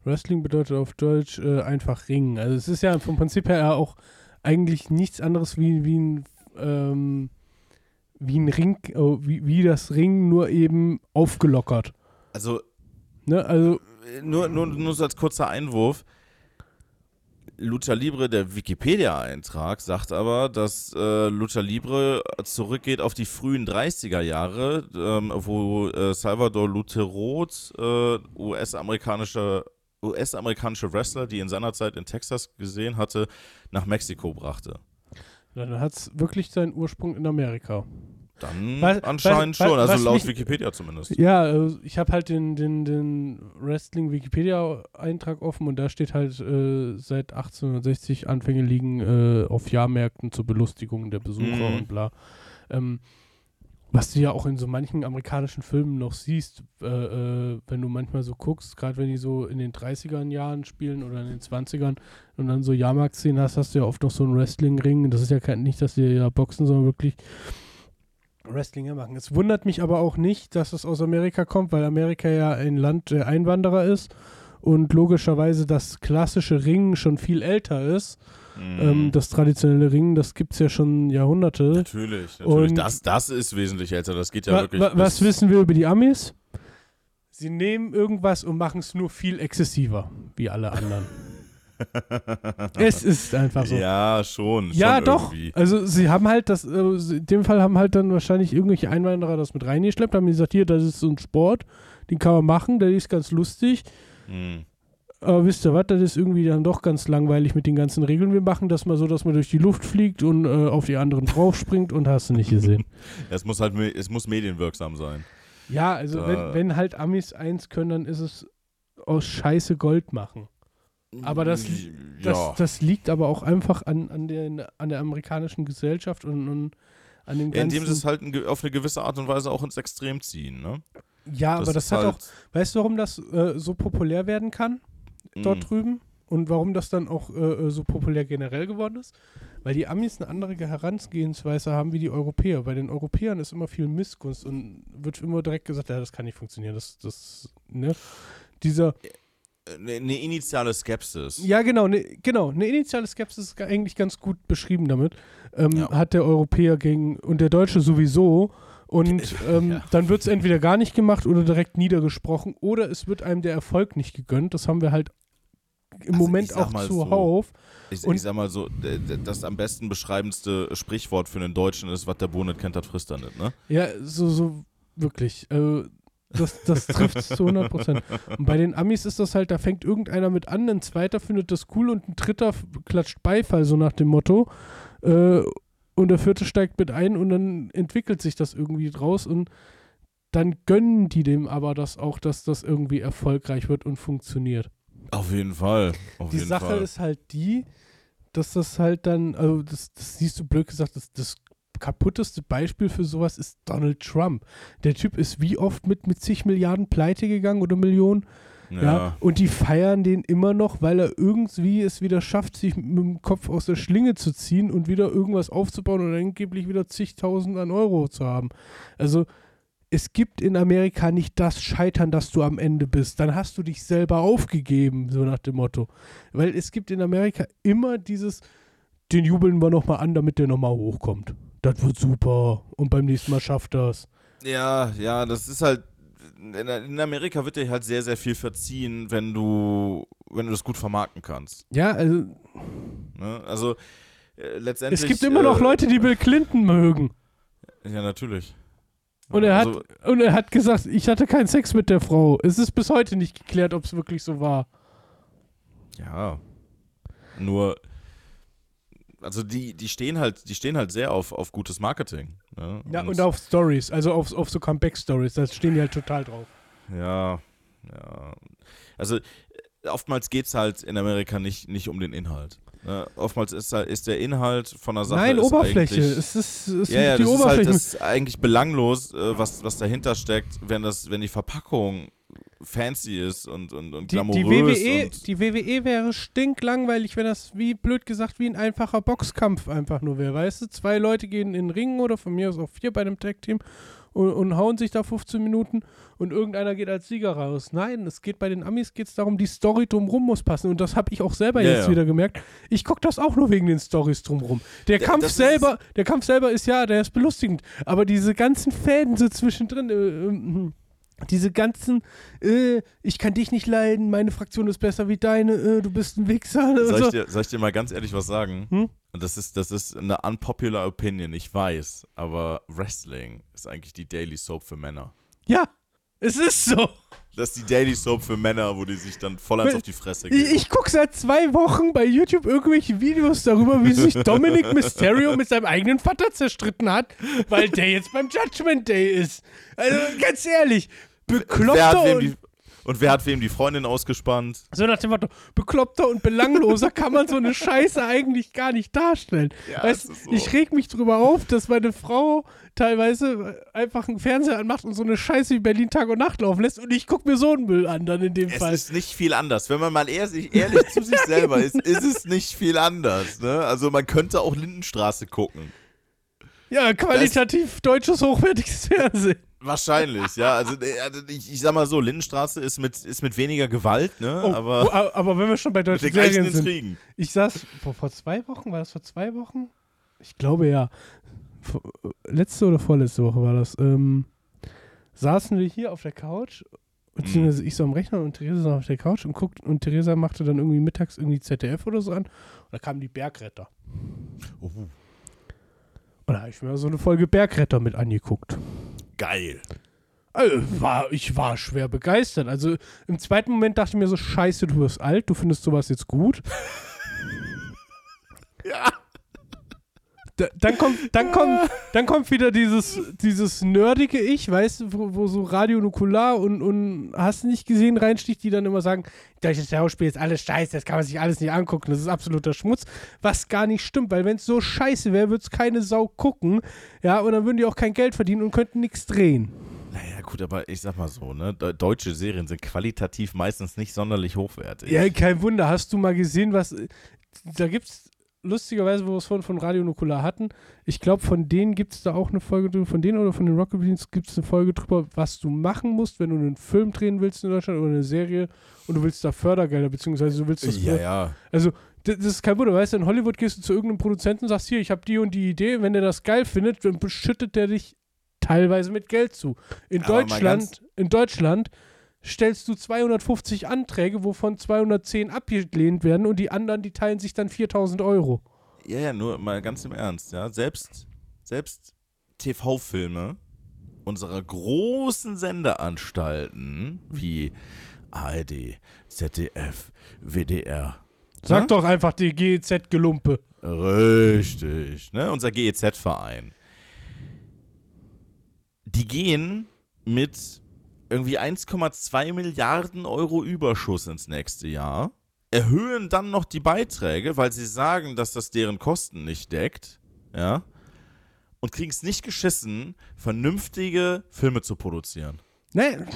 Wrestling bedeutet auf Deutsch äh, einfach Ringen. Also es ist ja vom Prinzip her auch eigentlich nichts anderes wie, wie ein ähm, wie ein Ring, oh, wie, wie das Ringen, nur eben aufgelockert. Also, ne, also nur, nur, nur so als kurzer Einwurf. Lucha Libre, der Wikipedia-Eintrag, sagt aber, dass äh, Lucha Libre zurückgeht auf die frühen dreißiger Jahre, ähm, wo äh, Salvador Lutero, äh, U S-amerikanische U S-amerikanische Wrestler, die in seiner Zeit in Texas gesehen hatte, nach Mexiko brachte. Dann hat es wirklich seinen Ursprung in Amerika. Dann was, anscheinend was, schon, was, also laut mich, Wikipedia zumindest. Ja, also ich habe halt den, den, den Wrestling-Wikipedia-Eintrag offen und da steht halt äh, seit achtzehnhundertsechzig Anfänge liegen äh, auf Jahrmärkten zur Belustigung der Besucher Mhm. und bla. Ähm, was du ja auch in so manchen amerikanischen Filmen noch siehst, äh, äh, wenn du manchmal so guckst, gerade wenn die so in den dreißigern Jahren spielen oder in den zwanzigern und dann so Jahrmarktszenen hast, hast du ja oft noch so einen Wrestling-Ring. Das ist ja kein, nicht, dass die ja boxen, sondern wirklich Wrestling machen. Es wundert mich aber auch nicht, dass es aus Amerika kommt, weil Amerika ja ein Land der Einwanderer ist und logischerweise das klassische Ringen schon viel älter ist. Mhm. Ähm, das traditionelle Ringen, das gibt es ja schon Jahrhunderte. Natürlich, natürlich. Und Das, das ist wesentlich älter. Das geht ja wa- wirklich. wa- bis- was wissen wir über die Amis? Sie nehmen irgendwas und machen es nur viel exzessiver, wie alle anderen. Es ist einfach so. Ja, schon. Ja, schon doch. Irgendwie. Also sie haben halt das, äh, in dem Fall haben halt dann wahrscheinlich irgendwelche Einwanderer das mit reingeschleppt, haben gesagt, hier, das ist so ein Sport, den kann man machen, der ist ganz lustig. Hm. Aber wisst ihr was, das ist irgendwie dann doch ganz langweilig mit den ganzen Regeln. Wir machen das mal so, dass man durch die Luft fliegt und äh, auf die anderen draufspringt und hast du nicht gesehen. Es muss halt, me- es muss medienwirksam sein. Ja, also Da- wenn, wenn halt Amis eins können, dann ist es aus Scheiße Gold machen. Aber das, das, ja. das liegt aber auch einfach an, an, der, an der amerikanischen Gesellschaft und, und an dem Ja, ganzen... indem sie es halt in, ge- auf eine gewisse Art und Weise auch ins Extrem ziehen, ne? ja, aber das ist hat halt, auch... Weißt du, warum das äh, so populär werden kann dort mh, drüben? Und warum das dann auch äh, so populär generell geworden ist? Weil die Amis eine andere Herangehensweise haben wie die Europäer. Bei den Europäern ist immer viel Missgunst und wird immer direkt gesagt, ja, das kann nicht funktionieren. Das, das, ne? Dieser... Eine, eine initiale Skepsis. Ja, genau, ne, genau. Eine initiale Skepsis ist eigentlich ganz gut beschrieben damit. Ähm, Ja. Hat der Europäer gegen und der Deutsche sowieso. Und ähm, Ja. dann wird es entweder gar nicht gemacht oder direkt niedergesprochen oder es wird einem der Erfolg nicht gegönnt. Das haben wir halt im Also Moment ich sag auch mal zuhauf. Ich, Und- ich sag mal so, d- d- das am besten beschreibendste Sprichwort für einen Deutschen ist, was der Bohnen nicht kennt, das frisst er nicht, ne? Ja, so, so wirklich. Äh, das das trifft es zu hundert Prozent. Und bei den Amis ist das halt, da fängt irgendeiner mit an, ein zweiter findet das cool und ein dritter f- klatscht Beifall, so nach dem Motto. Äh, und der vierte steigt mit ein und dann entwickelt sich das irgendwie draus und dann gönnen die dem aber das auch, dass das irgendwie erfolgreich wird und funktioniert. Auf jeden Fall. Auf Die jeden Sache Fall. ist halt die, dass das halt dann, also das, das siehst du blöd gesagt, das, das kaputteste Beispiel für sowas ist Donald Trump. Der Typ ist wie oft mit, mit zig Milliarden pleite gegangen oder Millionen. Ja. Ja. Und die feiern den immer noch, weil er irgendwie es wieder schafft, sich mit dem Kopf aus der Schlinge zu ziehen und wieder irgendwas aufzubauen und angeblich wieder zigtausend an Euro zu haben. Also es gibt in Amerika nicht das Scheitern, dass du am Ende bist. Dann hast du dich selber aufgegeben, so nach dem Motto. Weil es gibt in Amerika immer dieses, den jubeln wir nochmal an, damit der nochmal hochkommt. Das wird super. Und beim nächsten Mal schafft das. Ja, ja, das ist halt, in, in Amerika wird dir halt sehr, sehr viel verziehen, wenn du, wenn du das gut vermarkten kannst. Ja, also Ne? Also, äh, letztendlich. es gibt immer noch äh, Leute, die Bill Clinton mögen. Ja, natürlich. Und er, Also, hat, und er hat gesagt, ich hatte keinen Sex mit der Frau. Es ist bis heute nicht geklärt, ob es wirklich so war. ja. Nur, also die, die stehen halt, die stehen halt sehr auf, auf gutes Marketing. Ne? Ja, und auf Stories, also auf, auf so Comeback-Stories, da stehen die halt total drauf. Ja, ja. Also äh, oftmals geht es halt in Amerika nicht, nicht um den Inhalt. Ne? Oftmals ist, halt, ist der Inhalt von der Sache. Nein, ist Oberfläche. eigentlich- Es ist, es Ja, ja, die das ist halt Oberfläche. das ist eigentlich belanglos, äh, was, was dahinter steckt, wenn das, wenn die Verpackung fancy ist und, und, und die, glamourös die, W W E, und die W W E wäre stinklangweilig, wenn das, wie blöd gesagt, wie ein einfacher Boxkampf einfach nur wäre, weißt du? Zwei Leute gehen in den Ring oder von mir aus auch vier bei einem Tag-Team und, und hauen sich da fünfzehn Minuten und irgendeiner geht als Sieger raus. Nein, es geht bei den Amis geht's darum, die Story drumrum muss passen und das habe ich auch selber Ja, jetzt ja. wieder gemerkt. Ich gucke das auch nur wegen den Storys drumrum. Der Ja, Kampf das ist- selber, der Kampf selber ist ja, der ist belustigend, aber diese ganzen Fäden so zwischendrin, äh, äh, diese ganzen, äh, ich kann dich nicht leiden, meine Fraktion ist besser wie deine, äh, du bist ein Wichser. und Soll ich, so. dir, soll ich dir mal ganz ehrlich was sagen? Hm? Und das ist, das ist eine unpopular Opinion, ich weiß, aber Wrestling ist eigentlich die Daily Soap für Männer. Ja, es ist so. Das ist die Daily Soap für Männer, wo die sich dann voll eins auf die Fresse geben. Ich, ich gucke seit zwei Wochen bei YouTube irgendwelche Videos darüber, wie sich Dominic Mysterio mit seinem eigenen Vater zerstritten hat, weil der jetzt beim Judgment Day ist. Also ganz ehrlich, wer hat bekloppter wem und, die, und wer hat wem die Freundin ausgespannt? so nach dem Motto, bekloppter und belangloser kann man so eine Scheiße eigentlich gar nicht darstellen. Ja, weißt, es ist so. Ich reg mich drüber auf, dass meine Frau teilweise einfach einen Fernseher anmacht und so eine Scheiße wie Berlin Tag und Nacht laufen lässt und ich gucke mir so einen Müll an dann in dem Es Fall. ist nicht viel anders. Wenn man mal ehrlich, ehrlich zu sich selber ist, ist es nicht viel anders. Ne? Also man könnte auch Lindenstraße gucken. Ja, qualitativ deutsches, hochwertiges Fernsehen. Wahrscheinlich, ja. Also äh, also ich, ich sag mal so, Lindenstraße ist mit, ist mit weniger Gewalt, ne? Oh, aber oh, a- aber wenn wir schon bei mit deutschen den gleichen Serien sind. Intrigen. Ich saß vor, vor zwei Wochen, war das vor zwei Wochen? Ich glaube ja. Vor, letzte oder vorletzte Woche war das. Ähm, saßen wir hier auf der Couch, beziehungsweise ich so am Rechner und Theresa so auf der Couch und guckt und Theresa machte dann irgendwie mittags irgendwie Z D F oder so an und da kamen die Bergretter. Oh, Und da habe ich mir so eine Folge Bergretter mit angeguckt. geil. Also, war, ich war schwer begeistert. Also im zweiten Moment dachte ich mir so, scheiße, du wirst alt, du findest sowas jetzt gut. Ja. Da, dann, kommt, dann, kommt, dann kommt wieder dieses, dieses nerdige Ich, weißt du, wo, wo so Radio Nukular und, und hast du nicht gesehen reinsticht, die dann immer sagen, deutsches Schauspiel ist alles scheiße, das kann man sich alles nicht angucken, das ist absoluter Schmutz, was gar nicht stimmt, weil wenn es so scheiße wäre, würde es keine Sau gucken, ja, und dann würden die auch kein Geld verdienen und könnten nichts drehen. Naja, gut, aber ich sag mal so, ne? De- Deutsche Serien sind qualitativ meistens nicht sonderlich hochwertig. Ja, kein Wunder, hast du mal gesehen, was, da gibt's lustigerweise, wo wir es vorhin von Radio Nukular hatten, ich glaube, von denen gibt es da auch eine Folge drüber, von denen oder von den Rocket Beans gibt es eine Folge drüber, was du machen musst, wenn du einen Film drehen willst in Deutschland oder eine Serie und du willst da Fördergelder, beziehungsweise du willst das... Ja, ja. Also, das, das ist kein Wunder, weißt du, in Hollywood gehst du zu irgendeinem Produzenten und sagst, hier, ich habe die und die Idee, wenn der das geil findet, dann beschüttet der dich teilweise mit Geld zu. In Aber mal Deutschland, in Deutschland stellst du zweihundertfünfzig Anträge, wovon zweihundertzehn abgelehnt werden und die anderen, die teilen sich dann viertausend Euro. Ja, ja, nur mal ganz im Ernst, ja. Selbst, selbst T V-Filme unserer großen Sendeanstalten wie A R D, Z D F, W D R. Sag ne? doch einfach die G E Z-Gelumpe. Richtig, ne? Unser G E Z-Verein. Die gehen mit irgendwie eins Komma zwei Milliarden Euro Überschuss ins nächste Jahr, erhöhen dann noch die Beiträge, weil sie sagen, dass das deren Kosten nicht deckt, ja, und kriegen es nicht geschissen, vernünftige Filme zu produzieren. Ne,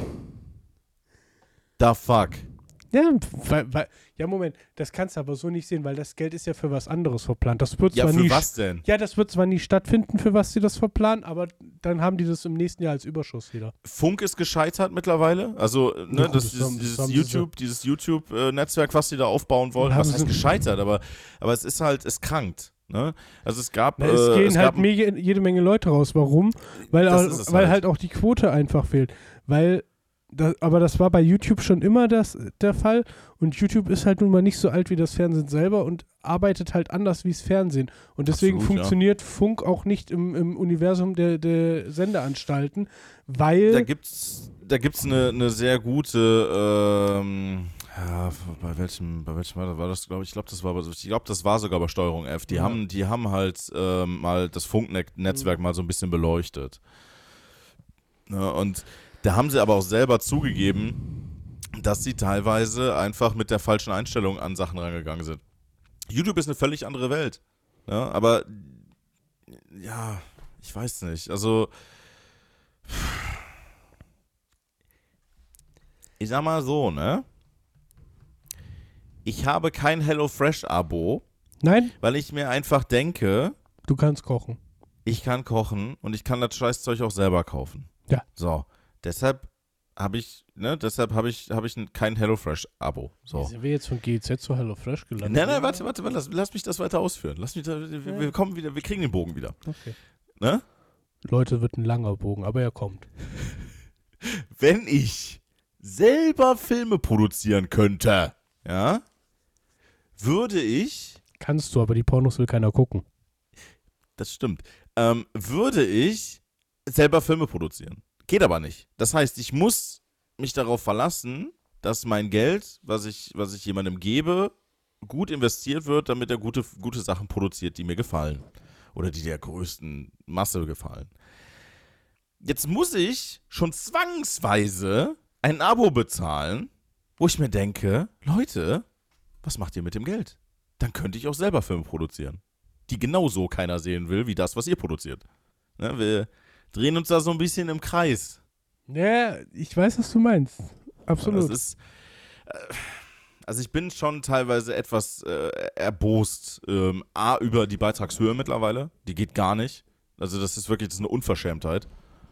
Da fuck. ja, weil, weil, ja, Moment, das kannst du aber so nicht sehen, weil das Geld ist ja für was anderes verplant. Das wird Ja, zwar für nie was denn? Ja, das wird zwar nie stattfinden, für was sie das verplanen, aber dann haben die das im nächsten Jahr als Überschuss wieder. Funk ist gescheitert mittlerweile. Also, ne, Ja, gut, das, das dieses, haben- das dieses haben sie YouTube, dieses YouTube-Netzwerk, was sie da aufbauen wollen, Haben was heißt sie- gescheitert, aber, aber es ist halt, es krankt. Ne? Also es gab, Na, es äh, gehen es halt gab mega, jede Menge Leute raus. Warum? Weil, Das auch, ist es weil halt. halt auch die Quote einfach fehlt. Weil, das, aber das war bei YouTube schon immer das, der Fall. Und YouTube ist halt nun mal nicht so alt wie das Fernsehen selber und arbeitet halt anders wie das Fernsehen. Und deswegen Absolut, ja. funktioniert Funk auch nicht im, im Universum der, der Sendeanstalten, weil... Da gibt's, da gibt's eine, eine sehr gute, ähm, ja, bei welchem, bei welchem war das, glaube ich, ich glaube, das war, ich glaube, das war sogar bei Steuerung F. Die Ja. haben, die haben halt ähm, mal das Funknetzwerk mal so ein bisschen beleuchtet. Ja, und da haben sie aber auch selber zugegeben, dass sie teilweise einfach mit der falschen Einstellung an Sachen rangegangen sind. YouTube ist eine völlig andere Welt. Ja, aber ja, ich weiß nicht. Also ich sag mal so, ne? Ich habe kein HelloFresh-Abo, Nein, weil ich mir einfach denke, du kannst kochen. ich kann kochen und ich kann das Scheißzeug auch selber kaufen. Ja. So, deshalb habe ich, ne, deshalb habe ich, habe ich ein, kein HelloFresh-Abo. So. Sind wir jetzt von G E Z zu HelloFresh gelandet? Nein, nein, warte, warte, warte lass, lass mich das weiter ausführen. Lass mich da, wir, wir kommen wieder, wir kriegen den Bogen wieder. Okay. Ne? Leute, wird ein langer Bogen, aber er kommt. Wenn ich selber Filme produzieren könnte, ja, würde ich, Kannst du, aber die Pornos will keiner gucken. das stimmt, ähm, würde ich selber Filme produzieren. Geht aber nicht. Das heißt, ich muss mich darauf verlassen, dass mein Geld, was ich, was ich jemandem gebe, gut investiert wird, damit er gute, gute Sachen produziert, die mir gefallen. Oder die der größten Masse gefallen. Jetzt muss ich schon zwangsweise ein Abo bezahlen, wo ich mir denke, Leute, was macht ihr mit dem Geld? Dann könnte ich auch selber Filme produzieren, die genauso keiner sehen will, wie das, was ihr produziert. Ne, wir drehen uns da so ein bisschen im Kreis. Ja, ich weiß, was du meinst. Absolut. Das ist, äh, also ich bin schon teilweise etwas äh, erbost, ähm, A, über die Beitragshöhe mittlerweile. Die geht gar nicht. Also das ist wirklich, das ist eine Unverschämtheit.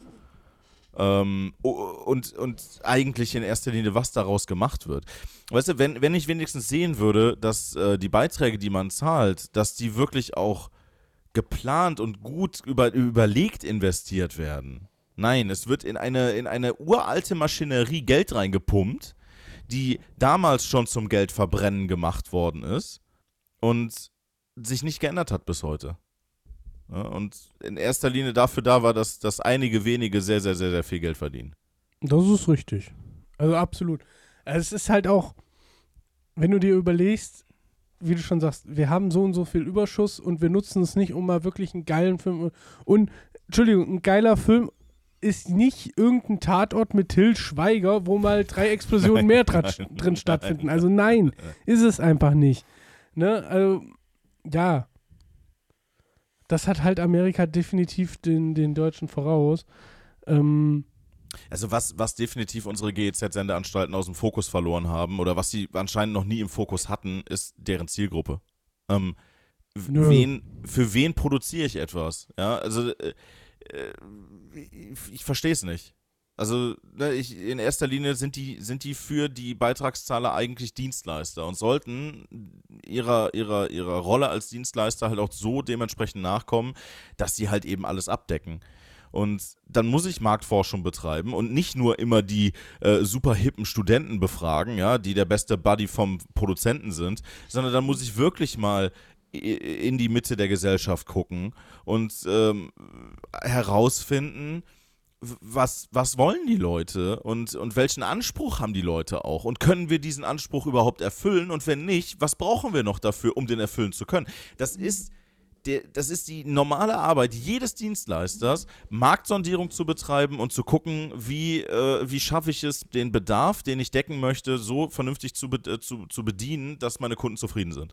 Ähm, und, und eigentlich in erster Linie, was daraus gemacht wird. Weißt du, wenn, wenn ich wenigstens sehen würde, dass äh, die Beiträge, die man zahlt, dass die wirklich auch geplant und gut über, überlegt investiert werden. Nein, es wird in eine, in eine uralte Maschinerie Geld reingepumpt, die damals schon zum Geldverbrennen gemacht worden ist und sich nicht geändert hat bis heute. Ja, und in erster Linie dafür da war, dass, dass einige wenige sehr, sehr, sehr, sehr viel Geld verdienen. Das ist richtig. Also absolut. Es ist halt auch, wenn du dir überlegst, wie du schon sagst, wir haben so und so viel Überschuss und wir nutzen es nicht, um mal wirklich einen geilen Film. Und, Entschuldigung, ein geiler Film ist nicht irgendein Tatort mit Til Schweiger, wo mal drei Explosionen mehr dran, drin stattfinden. Also nein, ist es einfach nicht. Ne? Also, ja. Das hat halt Amerika definitiv den, den Deutschen voraus. Ähm, Also was, was definitiv unsere G E Z-Sendeanstalten aus dem Fokus verloren haben oder was sie anscheinend noch nie im Fokus hatten, ist deren Zielgruppe. Ähm, wen, für wen produziere ich etwas? Ja, also äh, ich, ich verstehe es nicht. Also ne, ich, in erster Linie sind die, sind die für die Beitragszahler eigentlich Dienstleister und sollten ihrer, ihrer, ihrer Rolle als Dienstleister halt auch so dementsprechend nachkommen, dass sie halt eben alles abdecken. Und dann muss ich Marktforschung betreiben und nicht nur immer die äh, super hippen Studenten befragen, ja, die der beste Buddy vom Produzenten sind, sondern dann muss ich wirklich mal in die Mitte der Gesellschaft gucken und ähm, herausfinden, was, was wollen die Leute und, und welchen Anspruch haben die Leute auch und können wir diesen Anspruch überhaupt erfüllen und wenn nicht, was brauchen wir noch dafür, um den erfüllen zu können? Das ist Der, das ist die normale Arbeit jedes Dienstleisters, Marktsondierung zu betreiben und zu gucken, wie, äh, wie schaffe ich es, den Bedarf, den ich decken möchte, so vernünftig zu, be- äh, zu, zu bedienen, dass meine Kunden zufrieden sind.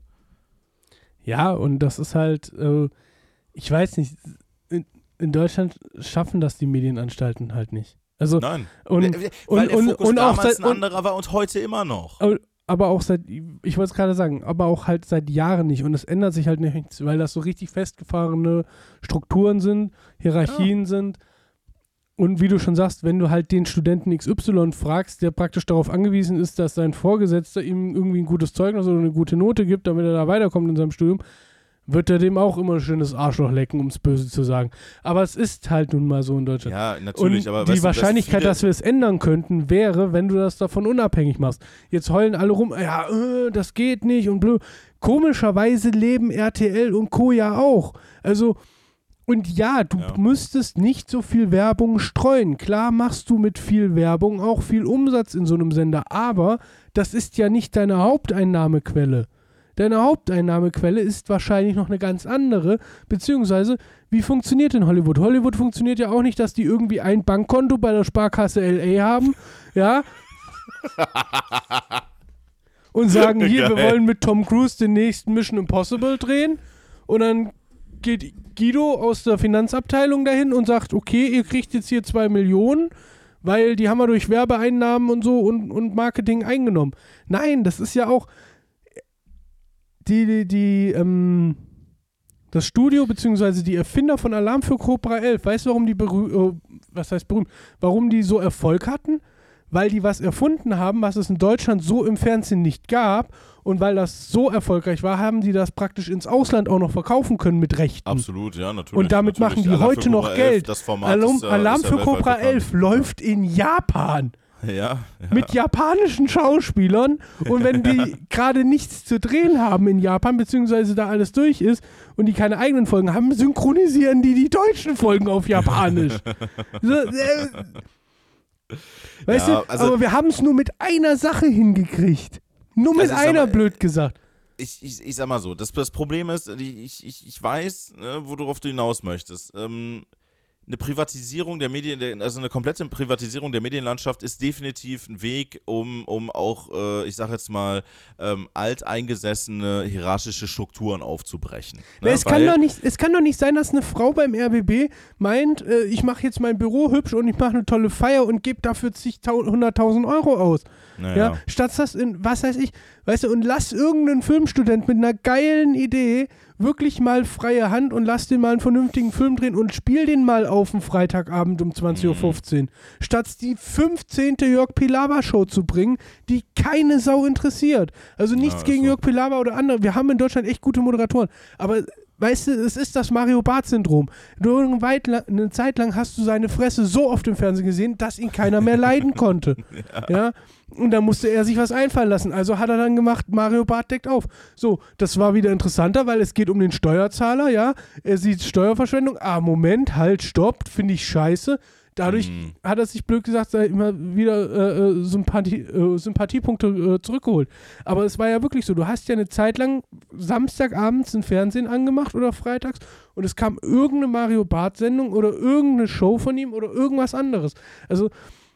Ja, und das ist halt, äh, ich weiß nicht, in, in Deutschland schaffen das die Medienanstalten halt nicht. Also, Nein, und, weil und, der und, Fokus und auch damals seit, ein anderer war und heute immer noch. Und, aber auch seit, ich wollte es gerade sagen, aber auch halt seit Jahren nicht. Und es ändert sich halt nichts, weil das so richtig festgefahrene Strukturen sind, Hierarchien ja. sind. Und wie du schon sagst, wenn du halt den Studenten X Y fragst, der praktisch darauf angewiesen ist, dass sein Vorgesetzter ihm irgendwie ein gutes Zeugnis oder eine gute Note gibt, damit er da weiterkommt in seinem Studium, wird er dem auch immer ein schönes Arschloch lecken, um es böse zu sagen. Aber es ist halt nun mal so in Deutschland. Ja, natürlich. Und aber die weißt du, Wahrscheinlichkeit, viele, dass wir es ändern könnten, wäre, wenn du das davon unabhängig machst. Jetzt heulen alle rum, ja, äh, das geht nicht und blöd. Komischerweise leben R T L und Co. ja auch. Also, und ja, du ja. müsstest nicht so viel Werbung streuen. Klar machst du mit viel Werbung auch viel Umsatz in so einem Sender, aber das ist ja nicht deine Haupteinnahmequelle. Deine Haupteinnahmequelle ist wahrscheinlich noch eine ganz andere, beziehungsweise, wie funktioniert denn Hollywood? Hollywood funktioniert ja auch nicht, dass die irgendwie ein Bankkonto bei der Sparkasse L A haben, ja, und sagen, hier, wir wollen mit Tom Cruise den nächsten Mission Impossible drehen und dann geht Guido aus der Finanzabteilung dahin und sagt, okay, ihr kriegt jetzt hier zwei Millionen, weil die haben wir durch Werbeeinnahmen und so und, und Marketing eingenommen. Nein, das ist ja auch Die, die, die, ähm, Das Studio bzw. die Erfinder von Alarm für Cobra elf, weißt du, warum die berüh- äh, was heißt berühmt, warum die so Erfolg hatten? Weil die was erfunden haben, was es in Deutschland so im Fernsehen nicht gab. Und weil das so erfolgreich war, haben die das praktisch ins Ausland auch noch verkaufen können mit Rechten. Absolut, ja, natürlich. Und damit natürlich. machen die Alarm heute noch elf, Geld. Das Format Alarm, ist, äh, Alarm ist ja für weltweit Cobra bekannt. elf läuft in Japan. Ja, ja. Mit japanischen Schauspielern. Und wenn die gerade nichts zu drehen haben in Japan, beziehungsweise da alles durch ist und die keine eigenen Folgen haben, synchronisieren die die deutschen Folgen auf Japanisch. so, äh, weißt Ja, du, also- aber wir haben es nur mit einer Sache hingekriegt. Nur mit Also ich sag einer, mal, blöd gesagt. Ich, ich, ich sag mal so, das, das Problem ist, ich, ich, ich weiß, ne, worauf du hinaus möchtest. Ähm, eine Privatisierung der Medien, der, also eine komplette Privatisierung der Medienlandschaft ist definitiv ein Weg, um, um auch, äh, ich sag jetzt mal, ähm, alteingesessene hierarchische Strukturen aufzubrechen. Ne? es, kann Weil- doch nicht, es kann doch nicht sein, dass eine Frau beim R B B meint, äh, ich mache jetzt mein Büro hübsch und ich mache eine tolle Feier und gebe dafür zig, hunderttausend Euro aus. Naja. Ja, statt das in, was weiß ich, weißt du, und lass irgendeinen Filmstudent mit einer geilen Idee wirklich mal freie Hand und lass den mal einen vernünftigen Film drehen und spiel den mal auf den Freitagabend um zwanzig Uhr fünfzehn. Statt die fünfzehnte Jörg Pilawa Show zu bringen, die keine Sau interessiert. Also nichts Ja, gegen so. Jörg Pilawa oder andere. Wir haben in Deutschland echt gute Moderatoren. Aber weißt du, es ist das Mario Barth-Syndrom. Du eine, weit lang, eine Zeit lang hast du seine Fresse so oft im Fernsehen gesehen, dass ihn keiner mehr leiden konnte. ja. ja. Und da musste er sich was einfallen lassen. Also hat er dann gemacht, Mario Barth deckt auf. So, das war wieder interessanter, weil es geht um den Steuerzahler, ja. Er sieht Steuerverschwendung. Ah, Moment, halt, stopp, finde ich scheiße. Dadurch Mhm. hat er sich blöd gesagt, sei immer wieder äh, äh, Sympathie, äh, Sympathiepunkte äh, zurückgeholt. Aber es war ja wirklich so, du hast ja eine Zeit lang Samstagabends ein Fernsehen angemacht oder freitags und es kam irgendeine Mario Barth-Sendung oder irgendeine Show von ihm oder irgendwas anderes. Also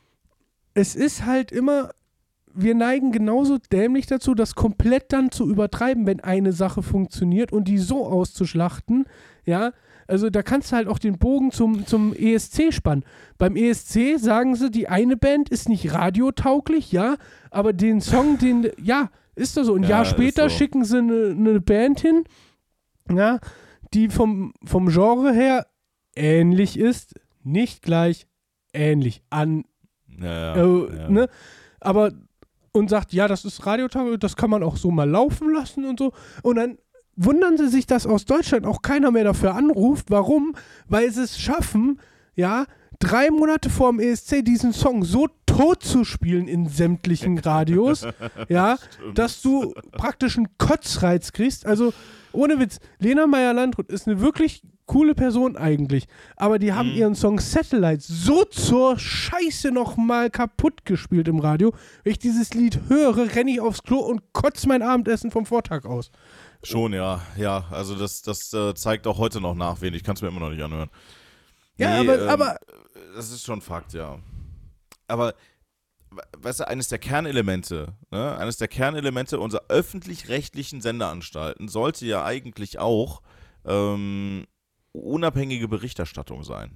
es ist halt immer, wir neigen genauso dämlich dazu, das komplett dann zu übertreiben, wenn eine Sache funktioniert und die so auszuschlachten, ja. Also da kannst du halt auch den Bogen zum, zum E S C spannen. Beim E S C sagen sie, die eine Band ist nicht radiotauglich, ja, aber den Song, den, ja, ist doch so. Ein Ja, Jahr ist später so. schicken sie eine, eine Band hin, ja, die vom, vom Genre her ähnlich ist, nicht gleich ähnlich an, Ja, ja, äh, ja. ne, aber und sagt, ja, das ist radiotauglich, das kann man auch so mal laufen lassen und so. Und dann wundern sie sich, dass aus Deutschland auch keiner mehr dafür anruft. Warum? Weil sie es schaffen, ja, drei Monate vor dem E S C diesen Song so tot zu spielen in sämtlichen Radios, ja, dass du praktisch einen Kotzreiz kriegst. Also, ohne Witz, Lena Meyer-Landrut ist eine wirklich coole Person eigentlich, aber die haben Mhm. ihren Song Satellite so zur Scheiße nochmal kaputt gespielt im Radio. Wenn ich dieses Lied höre, renne ich aufs Klo und kotze mein Abendessen vom Vortag aus. Schon, ja, ja. Also das, das äh, zeigt auch heute noch nach, wen ich kann es mir immer noch nicht anhören. Ja, Nee, aber, ähm, aber das ist schon Fakt, ja. Aber, we- weißt du, eines der Kernelemente, ne, eines der Kernelemente unserer öffentlich-rechtlichen Sendeanstalten sollte ja eigentlich auch ähm, unabhängige Berichterstattung sein.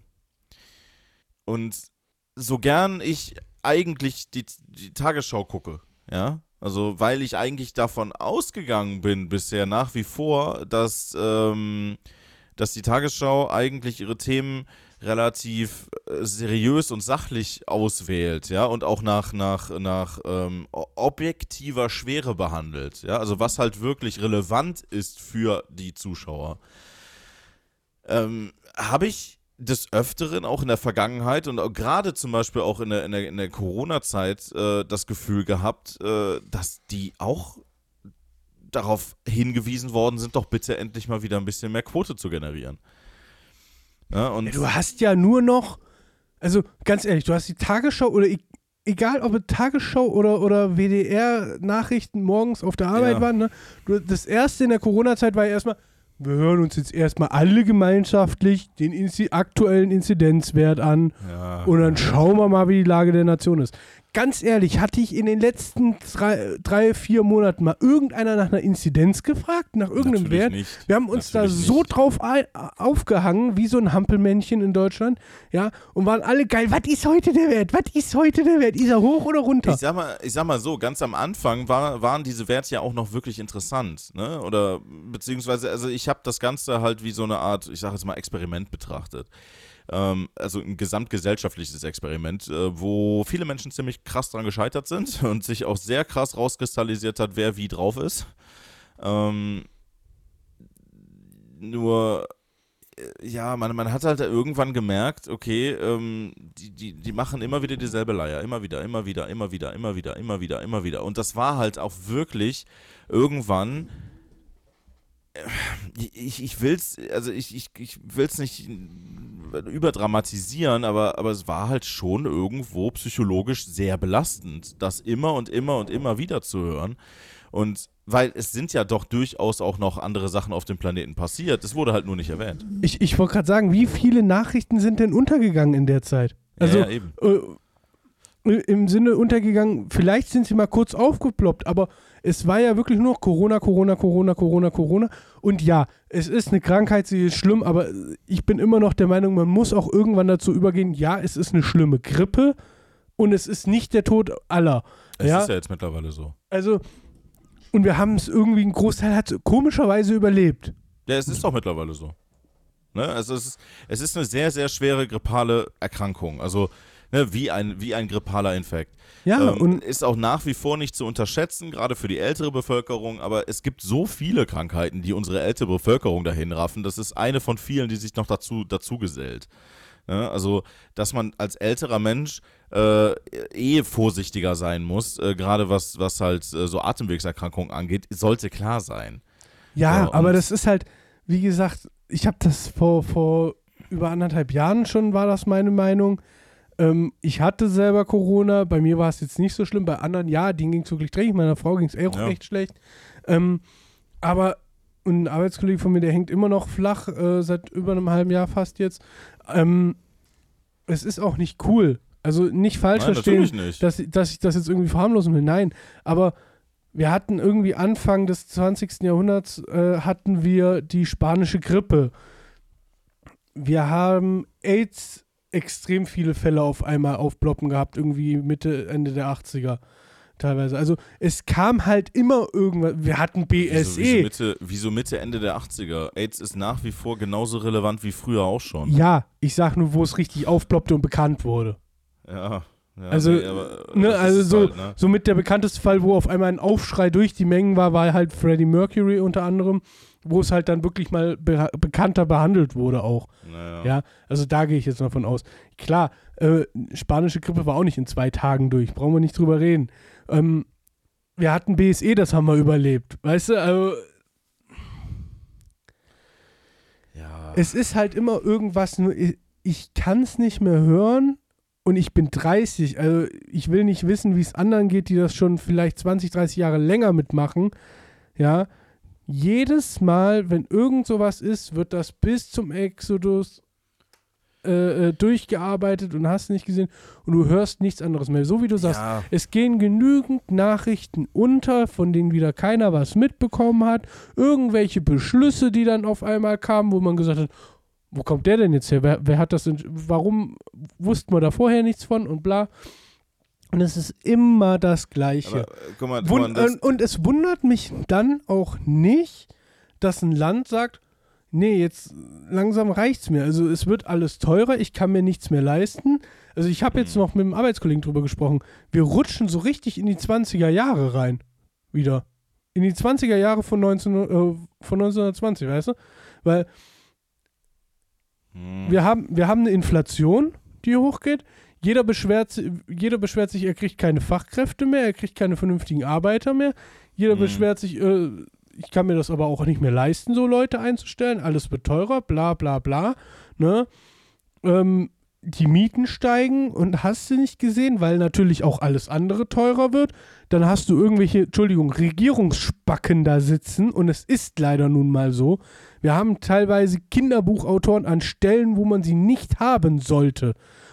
Und so gern ich eigentlich die, die Tagesschau gucke, ja, also weil ich eigentlich davon ausgegangen bin bisher nach wie vor, dass, ähm, dass die Tagesschau eigentlich ihre Themen relativ äh, seriös und sachlich auswählt, ja, und auch nach, nach, nach ähm, o- objektiver Schwere behandelt, ja, also was halt wirklich relevant ist für die Zuschauer. Ähm, habe ich des Öfteren auch in der Vergangenheit und auch gerade zum Beispiel auch in der, in der, in der Corona-Zeit äh, das Gefühl gehabt, äh, dass die auch darauf hingewiesen worden sind, doch bitte endlich mal wieder ein bisschen mehr Quote zu generieren. Ja, und du hast ja nur noch, also ganz ehrlich, du hast die Tagesschau oder e- egal ob es Tagesschau oder, oder W D R-Nachrichten morgens auf der Arbeit Ja. waren, ne? Du, das erste in der Corona-Zeit war ja erstmal, wir hören uns jetzt erstmal alle gemeinschaftlich den Inzi- aktuellen Inzidenzwert an ja, und dann schauen wir mal, wie die Lage der Nation ist. ganz ehrlich, hatte ich in den letzten drei, drei, vier Monaten mal irgendeiner nach einer Inzidenz gefragt, nach irgendeinem Natürlich Wert? nicht. Wir haben uns Natürlich da so nicht. drauf ein, aufgehangen, wie so ein Hampelmännchen in Deutschland, ja, und waren alle geil. Was ist heute der Wert? Was ist heute der Wert? Ist er hoch oder runter? Ich sag mal, ich sag mal so, ganz am Anfang war, waren diese Werte ja auch noch wirklich interessant, ne? Oder beziehungsweise, also ich habe das Ganze halt wie so eine Art, ich sage jetzt mal, Experiment betrachtet. Ähm, also ein gesamtgesellschaftliches Experiment, äh, wo viele Menschen ziemlich krass dran gescheitert sind und sich auch sehr krass rauskristallisiert hat, wer wie drauf ist. Ähm, nur, äh, ja, man, man hat halt irgendwann gemerkt, okay, ähm, die, die, die machen immer wieder dieselbe Leier, immer wieder, immer wieder, immer wieder, immer wieder, immer wieder, immer wieder. Und das war halt auch wirklich irgendwann. Ich, ich will's, also ich, ich, ich will's nicht überdramatisieren, aber, aber es war halt schon irgendwo psychologisch sehr belastend, das immer und immer und immer wieder zu hören. Und weil es sind ja doch durchaus auch noch andere Sachen auf dem Planeten passiert, es wurde halt nur nicht erwähnt. Ich, ich wollte gerade sagen, wie viele Nachrichten sind denn untergegangen in der Zeit? Also, ja, ja, eben. Äh, im Sinne untergegangen, vielleicht sind sie mal kurz aufgeploppt, aber es war ja wirklich nur Corona, Corona, Corona, Corona, Corona. Und ja, es ist eine Krankheit, sie ist schlimm, aber ich bin immer noch der Meinung, man muss auch irgendwann dazu übergehen, ja, es ist eine schlimme Grippe und es ist nicht der Tod aller. Es ja? ist ja jetzt mittlerweile so. Also, und wir haben es irgendwie, ein Großteil hat komischerweise überlebt. Ja, es ist doch mittlerweile so. Ne? Also es ist, es ist eine sehr, sehr schwere grippale Erkrankung. Also ne, wie ein, wie ein grippaler Infekt. Ja, ähm, und ist auch nach wie vor nicht zu unterschätzen, gerade für die ältere Bevölkerung, aber es gibt so viele Krankheiten, die unsere ältere Bevölkerung dahin raffen. Das ist eine von vielen, die sich noch dazu, dazu gesellt. Ja, also, dass man als älterer Mensch äh, eh vorsichtiger sein muss, äh, gerade was, was halt äh, so Atemwegserkrankungen angeht, sollte klar sein. ja, Ja, aber und- das ist halt, wie gesagt, ich habe das vor, vor über anderthalb Jahren schon, war das meine Meinung. Ähm, ich hatte selber Corona, bei mir war es jetzt nicht so schlimm, bei anderen, ja, denen ging es wirklich dreckig, meiner Frau ging es auch Ja. echt schlecht. Ähm, aber ein Arbeitskollege von mir, der hängt immer noch flach, äh, seit über einem halben Jahr fast jetzt. Ähm, es ist auch nicht cool. Also nicht falsch Nein, verstehen, natürlich nicht. dass, dass ich das jetzt irgendwie verharmlosen will. Nein, aber wir hatten irgendwie Anfang des zwanzigsten Jahrhunderts äh, hatten wir die spanische Grippe. Wir haben AIDS, extrem viele Fälle auf einmal aufploppen gehabt, irgendwie Mitte, Ende der achtziger teilweise. Also es kam halt immer irgendwas. Wir hatten B S E. Wieso, wieso, Mitte, wieso Mitte, Ende der achtziger? AIDS ist nach wie vor genauso relevant wie früher auch schon. Ja, ich sag nur, wo es richtig aufploppte und bekannt wurde. Ja. ja Also, nee, aber, ne, das also ist so, halt, ne? somit der bekannteste Fall, wo auf einmal ein Aufschrei durch die Mengen war, war halt Freddie Mercury unter anderem, wo es halt dann wirklich mal be- bekannter behandelt wurde auch. Naja. Ja, also da gehe ich jetzt mal von aus. Klar, äh, spanische Grippe war auch nicht in zwei Tagen durch, brauchen wir nicht drüber reden. Ähm, wir hatten B S E, das haben wir überlebt, weißt du, also Ja. es ist halt immer irgendwas, nur ich, ich kann es nicht mehr hören und ich bin dreißig, also ich will nicht wissen, wie es anderen geht, die das schon vielleicht zwanzig, dreißig Jahre länger mitmachen, ja. Jedes Mal, wenn irgend sowas ist, wird das bis zum Exodus äh, äh, durchgearbeitet und hast nicht gesehen und du hörst nichts anderes mehr. So wie du sagst, Ja. es gehen genügend Nachrichten unter, von denen wieder keiner was mitbekommen hat. Irgendwelche Beschlüsse, die dann auf einmal kamen, wo man gesagt hat, wo kommt der denn jetzt her? Wer, wer hat das denn? Warum wussten wir da vorher nichts von und bla. Und es ist immer das Gleiche. Aber, äh, guck mal, guck Wund- mal, das, und, und es wundert mich dann auch nicht, dass ein Land sagt, nee, jetzt langsam reicht's mir. Also es wird alles teurer, ich kann mir nichts mehr leisten. Also ich habe jetzt Hm. noch mit einem Arbeitskollegen drüber gesprochen. Wir rutschen so richtig in die zwanziger Jahre rein. Wieder. In die zwanziger Jahre von, neunzehn, äh, von neunzehnhundertzwanzig, weißt du? Weil hm. wir haben, wir haben eine Inflation, die hochgeht. Jeder beschwert, si- jeder beschwert sich, er kriegt keine Fachkräfte mehr, er kriegt keine vernünftigen Arbeiter mehr. Jeder Mhm. beschwert sich, äh, ich kann mir das aber auch nicht mehr leisten, so Leute einzustellen. Alles wird teurer, bla bla bla. Ne? Ähm, die Mieten steigen und hast du nicht gesehen, weil natürlich auch alles andere teurer wird. Dann hast du irgendwelche, Entschuldigung, Regierungsspacken da sitzen und es ist leider nun mal so. Wir haben teilweise Kinderbuchautoren an Stellen, wo man sie nicht haben sollte.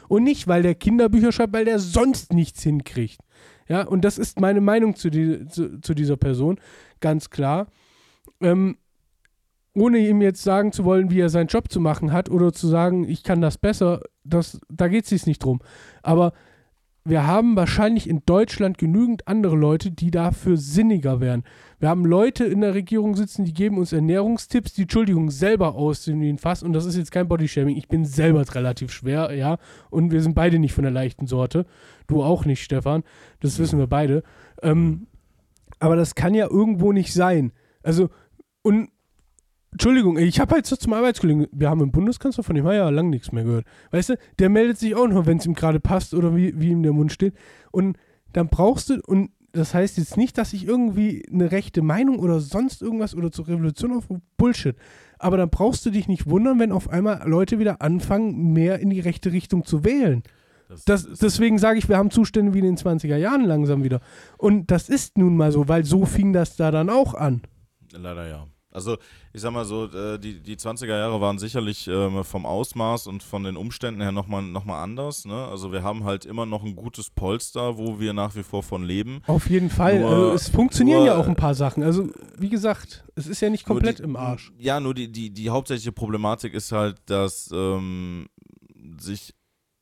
Und nicht, weil der Kinderbücher schreibt, weil der sonst nichts hinkriegt. Ja, und das ist meine Meinung zu, die, zu, zu dieser Person, ganz klar. Ähm, ohne ihm jetzt sagen zu wollen, wie er seinen Job zu machen hat oder zu sagen, ich kann das besser, das, da geht es sich nicht drum. Aber wir haben wahrscheinlich in Deutschland genügend andere Leute, die dafür sinniger wären. Wir haben Leute in der Regierung sitzen, die geben uns Ernährungstipps, die, Entschuldigung, selber aussehen wie ein Fass. Und das ist jetzt kein Bodyshaming. Ich bin selber relativ schwer, ja. Und wir sind beide nicht von der leichten Sorte. Du auch nicht, Stefan. Das wissen wir beide. Ähm, aber das kann ja irgendwo nicht sein. Also, und Entschuldigung, ich habe halt so zum Arbeitskollegen, wir haben einen Bundeskanzler, von dem haben wir ja lange nichts mehr gehört. Weißt du, der meldet sich auch nur, wenn es ihm gerade passt oder wie, wie ihm der Mund steht. Und dann brauchst du, und das heißt jetzt nicht, dass ich irgendwie eine rechte Meinung oder sonst irgendwas oder zur Revolution auf Bullshit. Aber dann brauchst du dich nicht wundern, wenn auf einmal Leute wieder anfangen, mehr in die rechte Richtung zu wählen. Das, das, deswegen sage ich, wir haben Zustände wie in den zwanziger Jahren langsam wieder. Und das ist nun mal so, weil so fing das da dann auch an. Leider ja. Also ich sag mal so, die, die zwanziger Jahre waren sicherlich ähm, vom Ausmaß und von den Umständen her nochmal noch mal anders. Ne? Also wir haben halt immer noch ein gutes Polster, wo wir nach wie vor von leben. Auf jeden Fall. Nur, also es funktionieren nur, ja auch ein paar Sachen. Also wie gesagt, es ist ja nicht komplett die, im Arsch. Ja, nur die, die, die hauptsächliche Problematik ist halt, dass ähm, sich...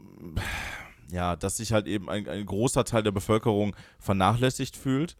ja, dass sich halt eben ein, ein großer Teil der Bevölkerung vernachlässigt fühlt.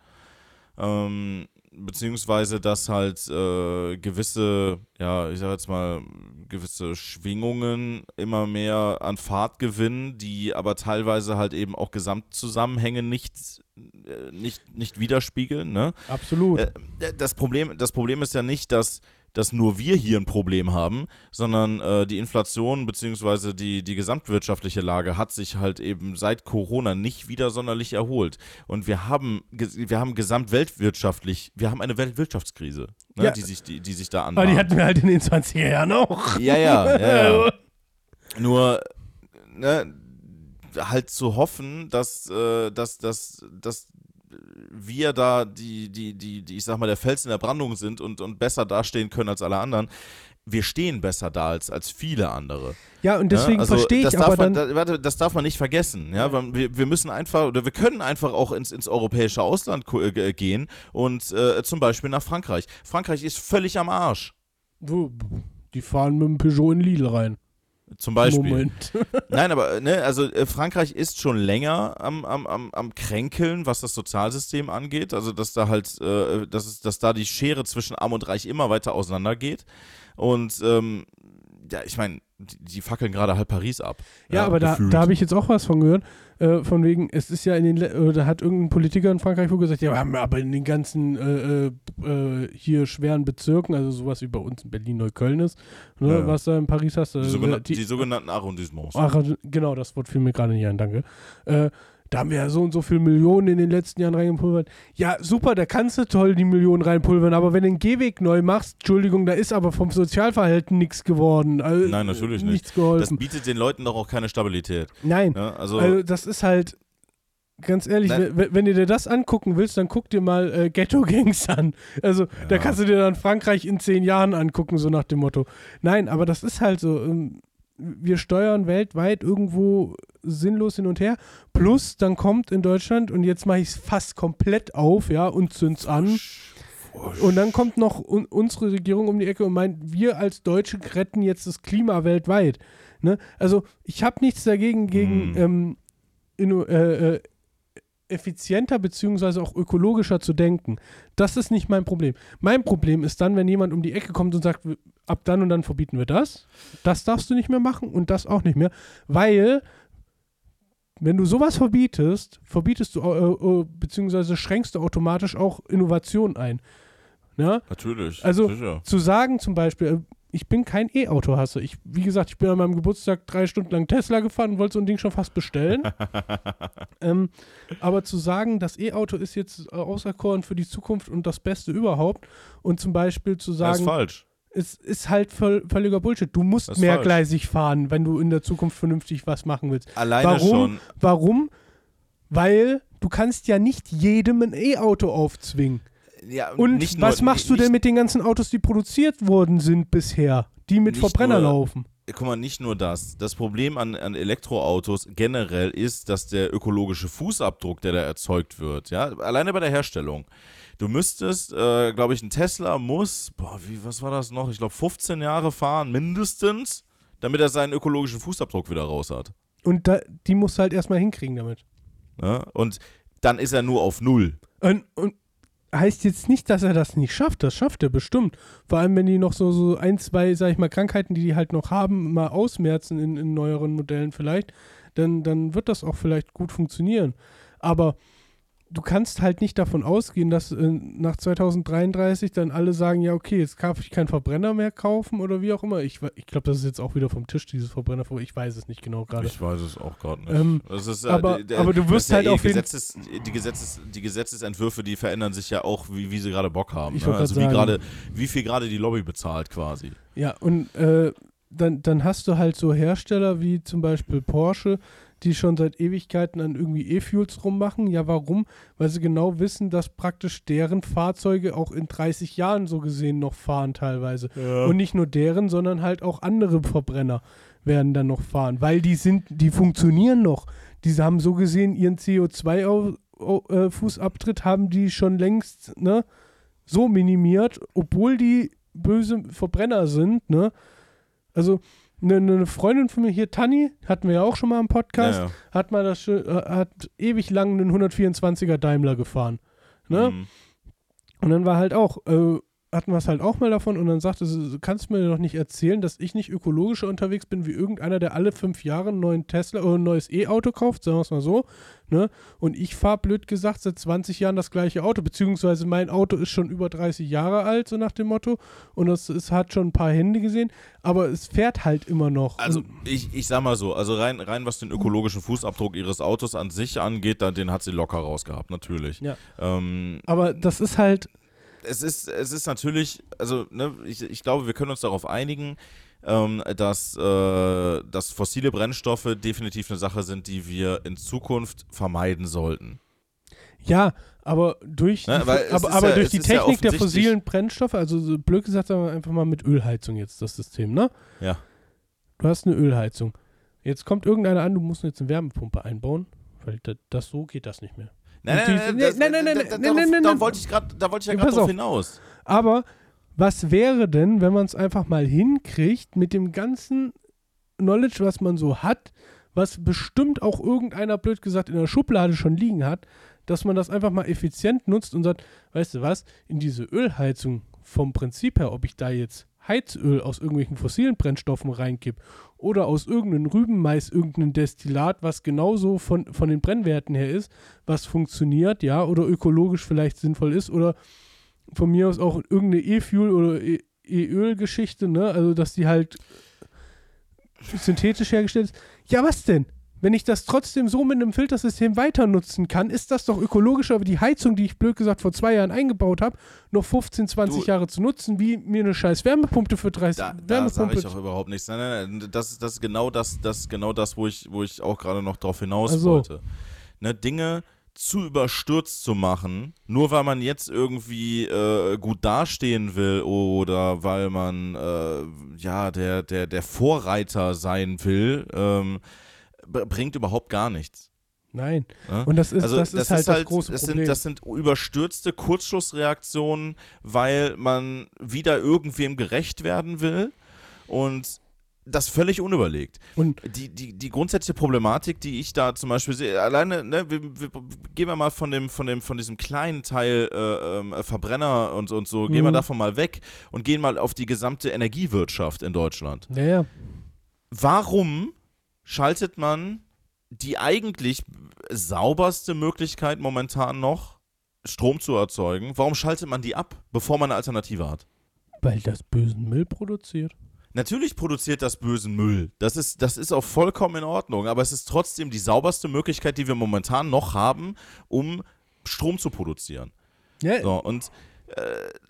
Ähm, beziehungsweise dass halt äh, gewisse, ja, ich sag jetzt mal, gewisse Schwingungen immer mehr an Fahrt gewinnen, die aber teilweise halt eben auch Gesamtzusammenhänge nicht, äh, nicht, nicht widerspiegeln, ne? Absolut. Äh, das Problem, das Problem ist ja nicht, dass dass nur wir hier ein Problem haben, sondern äh, die Inflation bzw. die, die gesamtwirtschaftliche Lage hat sich halt eben seit Corona nicht wieder sonderlich erholt. Und wir haben, wir haben gesamtweltwirtschaftlich, wir haben eine Weltwirtschaftskrise, ne, ja. die, sich, die, die sich da anbahnt. Aber die hatten wir halt in den zwanziger Jahren auch. Ja, ja, ja, ja. Nur, ne, halt zu hoffen, dass, äh, dass, dass, dass wir da die, die, die, die, ich sag mal, der Fels in der Brandung sind und, und besser dastehen können als alle anderen. Wir stehen besser da als, als viele andere. Ja, und deswegen ja, also verstehe ich das aber darf man, dann... da, warte, das darf man nicht vergessen. Ja? Wir, wir müssen einfach, oder wir können einfach auch ins, ins europäische Ausland äh, gehen und äh, zum Beispiel nach Frankreich. Frankreich ist völlig am Arsch. Die fahren mit dem Peugeot in Lidl rein. Zum Beispiel. Moment. Nein, aber ne, also äh, Frankreich ist schon länger am, am, am, am Kränkeln, was das Sozialsystem angeht. Also dass da halt, äh, dass, es, dass da die Schere zwischen Arm und Reich immer weiter auseinandergeht. Und ähm, ja, ich meine, die, die fackeln gerade halt Paris ab. Ja, ja aber da, da habe ich jetzt auch was von gehört. Äh, von wegen, es ist ja in den, Le- da hat irgendein Politiker in Frankreich wohl gesagt, ja, wir haben aber in den ganzen äh, äh, hier schweren Bezirken, also sowas wie bei uns in Berlin-Neukölln ist, ne, ja. was da in Paris hast. Die, äh, sogenan- die, die sogenannten Arrondissements. Ach, genau, das Wort fiel mir gerade nicht ein, danke. Äh, da haben wir ja so und so viele Millionen in den letzten Jahren reingepulvert. Ja, super, da kannst du toll die Millionen reinpulvern, aber wenn du den Gehweg neu machst, Entschuldigung, da ist aber vom Sozialverhalten nichts geworden. Also, Nein, natürlich nicht. Nichts geholfen. Das bietet den Leuten doch auch keine Stabilität. Nein, ja, also, also das ist halt, ganz ehrlich, wenn, wenn du dir das angucken willst, dann guck dir mal äh, Ghetto-Gangs an. Also ja. Da kannst du dir dann Frankreich in zehn Jahren angucken, so nach dem Motto. Nein, aber das ist halt so, ähm, wir steuern weltweit irgendwo sinnlos hin und her. Plus, dann kommt in Deutschland, und jetzt mache ich es fast komplett auf, ja, und zünd's an. Und dann kommt noch un- unsere Regierung um die Ecke und meint, wir als Deutsche retten jetzt das Klima weltweit. Ne? Also, ich habe nichts dagegen, gegen hm. ähm, inno, äh, äh, effizienter beziehungsweise auch ökologischer zu denken. Das ist nicht mein Problem. Mein Problem ist dann, wenn jemand um die Ecke kommt und sagt, ab dann und dann verbieten wir das, das darfst du nicht mehr machen und das auch nicht mehr, weil wenn du sowas verbietest, verbietest du äh, äh, beziehungsweise schränkst du automatisch auch Innovation ein. Ja? Natürlich. Also sicher. Zu sagen zum Beispiel, ich bin kein E-Auto-Hasser. Ich, wie gesagt, ich bin an meinem Geburtstag drei Stunden lang Tesla gefahren und wollte so ein Ding schon fast bestellen. ähm, aber zu sagen, das E-Auto ist jetzt auserkoren für die Zukunft und das Beste überhaupt und zum Beispiel zu sagen, das ist falsch. Es ist halt voll, völliger Bullshit. Du musst mehrgleisig fahren, wenn du in der Zukunft vernünftig was machen willst. Alleine Warum? schon. Warum? Weil du kannst ja nicht jedem ein E-Auto aufzwingen. Ja, und nicht was nur, machst du denn mit den ganzen Autos, die produziert worden sind bisher? die mit nicht Verbrenner nur, laufen. Guck mal, nicht nur das. Das Problem an, an Elektroautos generell ist, dass der ökologische Fußabdruck, der da erzeugt wird, ja, alleine bei der Herstellung. Du müsstest, äh, glaube ich, ein Tesla muss, boah, wie, was war das noch? Ich glaube, fünfzehn Jahre fahren, mindestens, damit er seinen ökologischen Fußabdruck wieder raus hat. Und da, die musst du halt erstmal hinkriegen damit. Ja? Und dann ist er nur auf Null. Und, und heißt jetzt nicht, dass er das nicht schafft. Das schafft er bestimmt. Vor allem, wenn die noch so, so ein, zwei, sag ich mal, Krankheiten, die die halt noch haben, mal ausmerzen in, in neueren Modellen vielleicht, dann, dann wird das auch vielleicht gut funktionieren. Aber du kannst halt nicht davon ausgehen, dass äh, nach zwanzig dreiunddreißig dann alle sagen, ja okay, jetzt darf ich keinen Verbrenner mehr kaufen oder wie auch immer. Ich, ich glaube, das ist jetzt auch wieder vom Tisch, dieses Verbrenner. Ich weiß es nicht genau gerade. Ich weiß es auch gerade nicht. Ähm, das ist, äh, aber, der, aber du wirst ja halt eh auf jeden Gesetzes, die, Gesetzes, die Gesetzesentwürfe, die verändern sich ja auch, wie, wie sie gerade Bock haben. Ich Ne? wollt Also grad wie, sagen. grade, wie viel gerade die Lobby bezahlt quasi. Ja, und äh, dann, dann hast du halt so Hersteller wie zum Beispiel Porsche, die schon seit Ewigkeiten an irgendwie E-Fuels rummachen. Ja, warum? Weil sie genau wissen, dass praktisch deren Fahrzeuge auch in dreißig Jahren so gesehen noch fahren teilweise. Ja. Und nicht nur deren, sondern halt auch andere Verbrenner werden dann noch fahren, weil die sind, die funktionieren noch. Diese haben so gesehen ihren C O zwei Fußabtritt haben die schon längst, ne, so minimiert, obwohl die böse Verbrenner sind, ne. Also Eine, eine Freundin von mir hier, Tanni, hatten wir ja auch schon mal im Podcast, Ja, ja. hat mal das schön- äh, hat ewig lang einen hundertvierundzwanziger Daimler gefahren. Ne? Mhm. Und dann war halt auch, äh, hatten wir es halt auch mal davon und dann sagte sie, du kannst mir doch nicht erzählen, dass ich nicht ökologischer unterwegs bin wie irgendeiner, der alle fünf Jahre einen neuen Tesla oder ein neues E-Auto kauft, sagen wir es mal so. Ne? Und ich fahre blöd gesagt seit zwanzig Jahren das gleiche Auto, beziehungsweise mein Auto ist schon über dreißig Jahre alt, so nach dem Motto. Und es, es hat schon ein paar Hände gesehen, aber es fährt halt immer noch. Also Und, ich, ich sag mal so, also rein, rein was den ökologischen Fußabdruck ihres Autos an sich angeht, dann, den hat sie locker rausgehabt, natürlich. Ja. Ähm, aber das ist halt, es ist, es ist natürlich, also ne, ich, ich glaube, wir können uns darauf einigen, ähm, dass, äh, dass fossile Brennstoffe definitiv eine Sache sind, die wir in Zukunft vermeiden sollten. ja, aber durch, Ne, die, weil es aber, ist aber ja- durch es die ist ja Technik der offensichtlich- fossilen Brennstoffe, also so blöd gesagt, sagen wir einfach mal mit Ölheizung jetzt das System, ne? Ja. Du hast eine Ölheizung. Jetzt kommt irgendeiner an, du musst jetzt eine Wärmepumpe einbauen, weil das, das so geht das nicht mehr. Nein, Und nein, die- nein, nee, das- nein, nein, nein, da- nein, da- nein, darauf- nein, nein, Da nein. wollte ich gerade, da wollte ich ja Ja, gerade pass drauf auf. hinaus. Aber was wäre denn, wenn man es einfach mal hinkriegt mit dem ganzen Knowledge, was man so hat, was bestimmt auch irgendeiner, blöd gesagt, in der Schublade schon liegen hat, dass man das einfach mal effizient nutzt und sagt, weißt du was, in diese Ölheizung vom Prinzip her, ob ich da jetzt Heizöl aus irgendwelchen fossilen Brennstoffen reinkipp oder aus irgendeinem Rübenmais, irgendeinem Destillat, was genauso von, von den Brennwerten her ist, was funktioniert, ja, oder ökologisch vielleicht sinnvoll ist oder von mir aus auch irgendeine E-Fuel oder E- E-Öl-Geschichte, ne, also dass die halt synthetisch hergestellt ist. Ja, was denn? Wenn ich das trotzdem so mit einem Filtersystem weiter nutzen kann, ist das doch ökologischer, aber die Heizung, die ich blöd gesagt vor zwei Jahren eingebaut habe, noch fünfzehn, zwanzig Du- Jahre zu nutzen, wie mir eine scheiß Wärmepumpe für dreißig Da, da sage Wärmepumpe. ich auch überhaupt nichts. Nein, nein, nein, das, das ist genau das, das, ist genau das, wo ich, wo ich auch gerade noch drauf hinaus Ach so. wollte. Ne, Dinge zu überstürzt zu machen, nur weil man jetzt irgendwie äh, gut dastehen will oder weil man äh, ja der, der, der Vorreiter sein will, ähm, b- bringt überhaupt gar nichts. Nein. Ne? Und das ist, Also das ist halt das große das Problem. Sind, das sind überstürzte Kurzschlussreaktionen, weil man wieder irgendwem gerecht werden will und das völlig unüberlegt. Und Die, die, die grundsätzliche Problematik, die ich da zum Beispiel sehe, alleine, ne, wir, wir, gehen wir mal von dem, von dem, von diesem kleinen Teil äh, ähm, Verbrenner und, und so, gehen wir Mhm. davon mal weg und gehen mal auf die gesamte Energiewirtschaft in Deutschland. naja, Warum schaltet man die eigentlich sauberste Möglichkeit momentan noch, Strom zu erzeugen, warum schaltet man die ab, bevor man eine Alternative hat? weil das bösen Müll produziert. Natürlich produziert das bösen Müll. Das ist, das ist auch vollkommen in Ordnung, aber es ist trotzdem die sauberste Möglichkeit, die wir momentan noch haben, um Strom zu produzieren. Ja, So, und äh,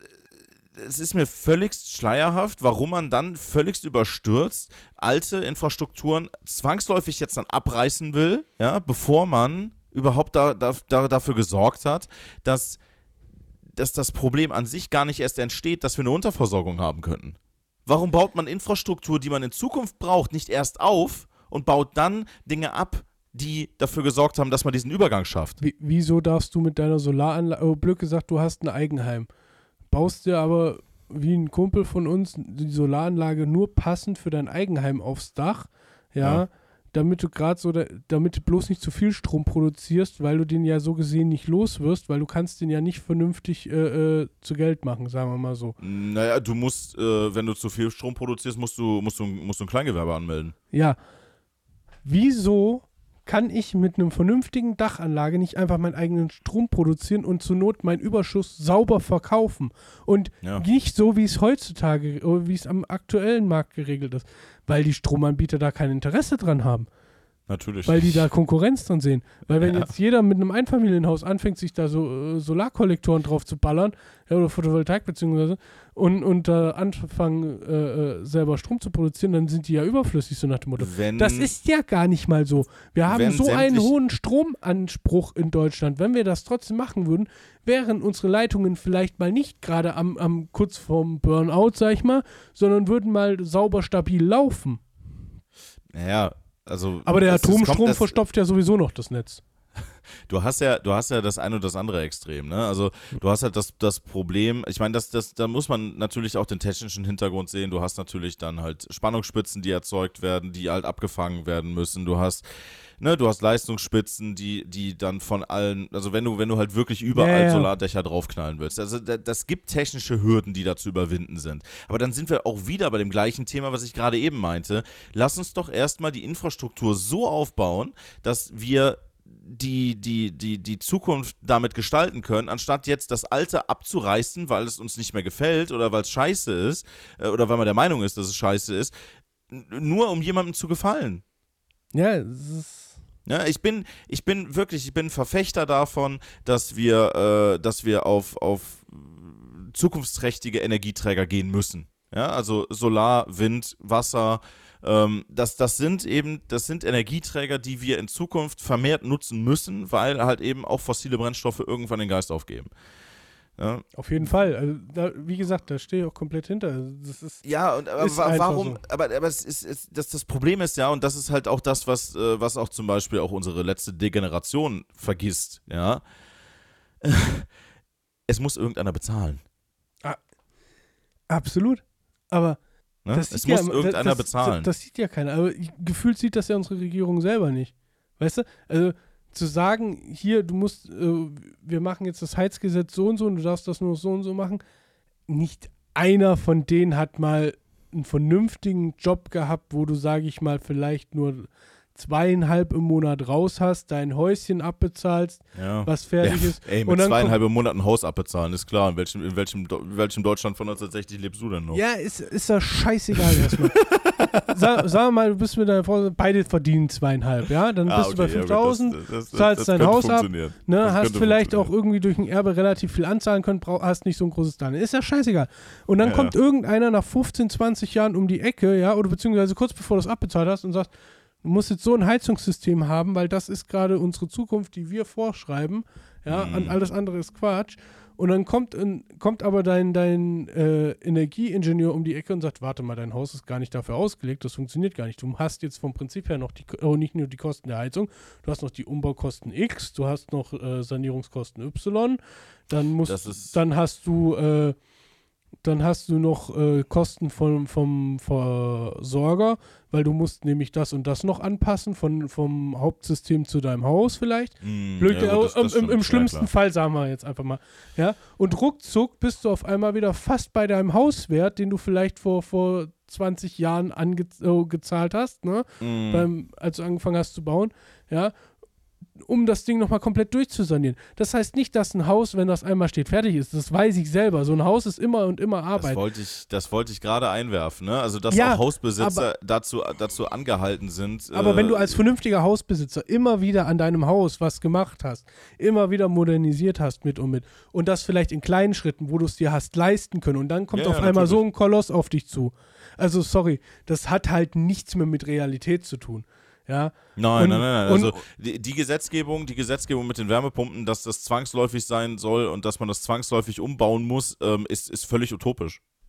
es ist mir völligst schleierhaft, warum man dann völligst überstürzt alte Infrastrukturen zwangsläufig jetzt dann abreißen will, ja, bevor man überhaupt da, da, da, dafür gesorgt hat, dass, dass das Problem an sich gar nicht erst entsteht, dass wir eine Unterversorgung haben könnten. Warum baut man Infrastruktur, die man in Zukunft braucht, nicht erst auf und baut dann Dinge ab, die dafür gesorgt haben, dass man diesen Übergang schafft? Wie, wieso darfst du mit deiner Solaranlage, oh, blöd gesagt, du hast ein Eigenheim, baust dir aber wie ein Kumpel von uns die Solaranlage nur passend für dein Eigenheim aufs Dach, ja, Ja. damit du gerade so, da, damit du bloß nicht zu viel Strom produzierst, weil du den ja so gesehen nicht los wirst, weil du kannst den ja nicht vernünftig äh, äh, zu Geld machen, sagen wir mal so. Naja, du musst, äh, wenn du zu viel Strom produzierst, musst du, musst du, musst du ein Kleingewerbe anmelden. Ja, wieso kann ich mit einem vernünftigen Dachanlage nicht einfach meinen eigenen Strom produzieren und zur Not meinen Überschuss sauber verkaufen und Ja. nicht so, wie es heutzutage, oder wie es am aktuellen Markt geregelt ist, weil die Stromanbieter da kein Interesse dran haben, Natürlich. weil die da Konkurrenz dran sehen. Weil wenn Ja. jetzt jeder mit einem Einfamilienhaus anfängt, sich da so äh, Solarkollektoren drauf zu ballern, ja, oder Photovoltaik beziehungsweise, und, und da anfangen, äh, äh, selber Strom zu produzieren, dann sind die ja überflüssig, so nach dem Motto. Wenn, Das ist ja gar nicht mal so. Wir haben Wenn so einen sämtlich- hohen Stromanspruch in Deutschland. Wenn wir das trotzdem machen würden, wären unsere Leitungen vielleicht mal nicht gerade am, am kurz vorm Burnout, sag ich mal, sondern würden mal sauber stabil laufen. Naja, also. Aber der es- es Atomstrom kommt- das- verstopft ja sowieso noch das Netz. Du hast ja, du hast ja das eine und das andere Extrem, ne? Also du hast halt das, das Problem, ich meine, das, das, da muss man natürlich auch den technischen Hintergrund sehen. Du hast natürlich dann halt Spannungsspitzen, die erzeugt werden, die halt abgefangen werden müssen. Du hast, ne, du hast Leistungsspitzen, die, die dann von allen, also wenn du, wenn du halt wirklich überall Ja, ja. Solardächer draufknallen willst. Also da, das gibt technische Hürden, die da zu überwinden sind. Aber dann sind wir auch wieder bei dem gleichen Thema, was ich gerade eben meinte. Lass uns doch erstmal die Infrastruktur so aufbauen, dass wir die, die, die, die Zukunft damit gestalten können, anstatt jetzt das Alte abzureißen, weil es uns nicht mehr gefällt oder weil es scheiße ist äh, oder weil man der Meinung ist, dass es scheiße ist, n- nur um jemandem zu gefallen. Ja, es ist. Ja, ich bin, ich bin wirklich, ich bin ein Verfechter davon, dass wir, äh, dass wir auf, auf zukunftsträchtige Energieträger gehen müssen. Ja, also Solar, Wind, Wasser, ähm, das, das sind eben, das sind Energieträger, die wir in Zukunft vermehrt nutzen müssen, weil halt eben auch fossile Brennstoffe irgendwann den Geist aufgeben. Ja, Auf jeden Fall. Also da, wie gesagt, da stehe ich auch komplett hinter. Also das ist. ja und aber Ist wa- einfach warum, so. aber, aber es ist, es, das, das Problem ist ja, und das ist halt auch das, was, äh, was auch zum Beispiel auch unsere letzte Degeneration vergisst, ja. Es muss irgendeiner bezahlen. Absolut. Aber Ne? das Es sieht muss ja, irgendeiner das, bezahlen. Das, das sieht ja keiner. Aber ich, gefühlt sieht das ja unsere Regierung selber nicht. Weißt du? Also zu sagen, hier, du musst, äh, wir machen jetzt das Heizgesetz so und so und du darfst das nur so und so machen. Nicht einer von denen hat mal einen vernünftigen Job gehabt, wo du, sage ich mal, vielleicht nur zweieinhalb im Monat raus hast, dein Häuschen abbezahlst, Ja. was fertig Ja, ist. ey, Und mit dann zweieinhalb Monaten Haus abbezahlen, ist klar. In welchem, in welchem, Do- in welchem Deutschland von neunzehnhundertsechzig lebst du denn noch? Ja, ist, ist das scheißegal erstmal. Sag, sag mal, du bist mit deiner Frau, beide verdienen zweieinhalb, ja? Dann bist Ah, du bei okay, ja, gut, fünftausend, das- das- das- zahlst das dein könnte Haus ab, funktionieren. ne? Das Hast könnte vielleicht auch funktionieren. irgendwie durch ein Erbe relativ viel anzahlen können, brauch, hast nicht so ein großes Darlehen. Ist ja scheißegal. Und dann Ja, kommt ja. irgendeiner nach fünfzehn, zwanzig Jahren um die Ecke, ja, oder beziehungsweise kurz bevor du es abbezahlt hast und sagt, du musst jetzt so ein Heizungssystem haben, weil das ist gerade unsere Zukunft, die wir vorschreiben. Ja, Mhm. und alles andere ist Quatsch. Und dann kommt, ein, kommt aber dein, dein äh, Energieingenieur um die Ecke und sagt, warte mal, dein Haus ist gar nicht dafür ausgelegt, das funktioniert gar nicht. Du hast jetzt vom Prinzip her noch die, oh, nicht nur die Kosten der Heizung, du hast noch die Umbaukosten X, du hast noch äh, Sanierungskosten Y, dann musst, Das ist- dann hast du äh, dann hast du noch äh, Kosten vom, vom Versorger, weil du musst nämlich das und das noch anpassen, von, vom Hauptsystem zu deinem Haus vielleicht. Mm, Blöd, ja, gut, das- äh, das im, im stimmt, ja, schlimmsten klar. Fall, sagen wir jetzt einfach mal. Ja? Und ruckzuck bist du auf einmal wieder fast bei deinem Hauswert, den du vielleicht vor, vor zwanzig Jahren angezahlt hast, ne? Mm. Beim, als du angefangen hast zu bauen, ja, um das Ding nochmal komplett durchzusanieren. Das heißt nicht, dass ein Haus, wenn das einmal steht, fertig ist. Das weiß ich selber. So ein Haus ist immer und immer Das Arbeit. wollte ich, das wollte ich gerade einwerfen, ne? Also, dass Ja, auch Hausbesitzer dazu, dazu angehalten sind. Aber äh, wenn du als vernünftiger Hausbesitzer immer wieder an deinem Haus was gemacht hast, immer wieder modernisiert hast mit und mit und das vielleicht in kleinen Schritten, wo du es dir hast leisten können und dann kommt Ja, auf ja, einmal so natürlich. ein Koloss auf dich zu. Also sorry, das hat halt nichts mehr mit Realität zu tun. Ja, Nein, Und- nein, nein, nein. und- Also die, die Gesetzgebung, die Gesetzgebung mit den Wärmepumpen, dass das zwangsläufig sein soll und dass man das zwangsläufig umbauen muss, ähm, ist, ist völlig utopisch.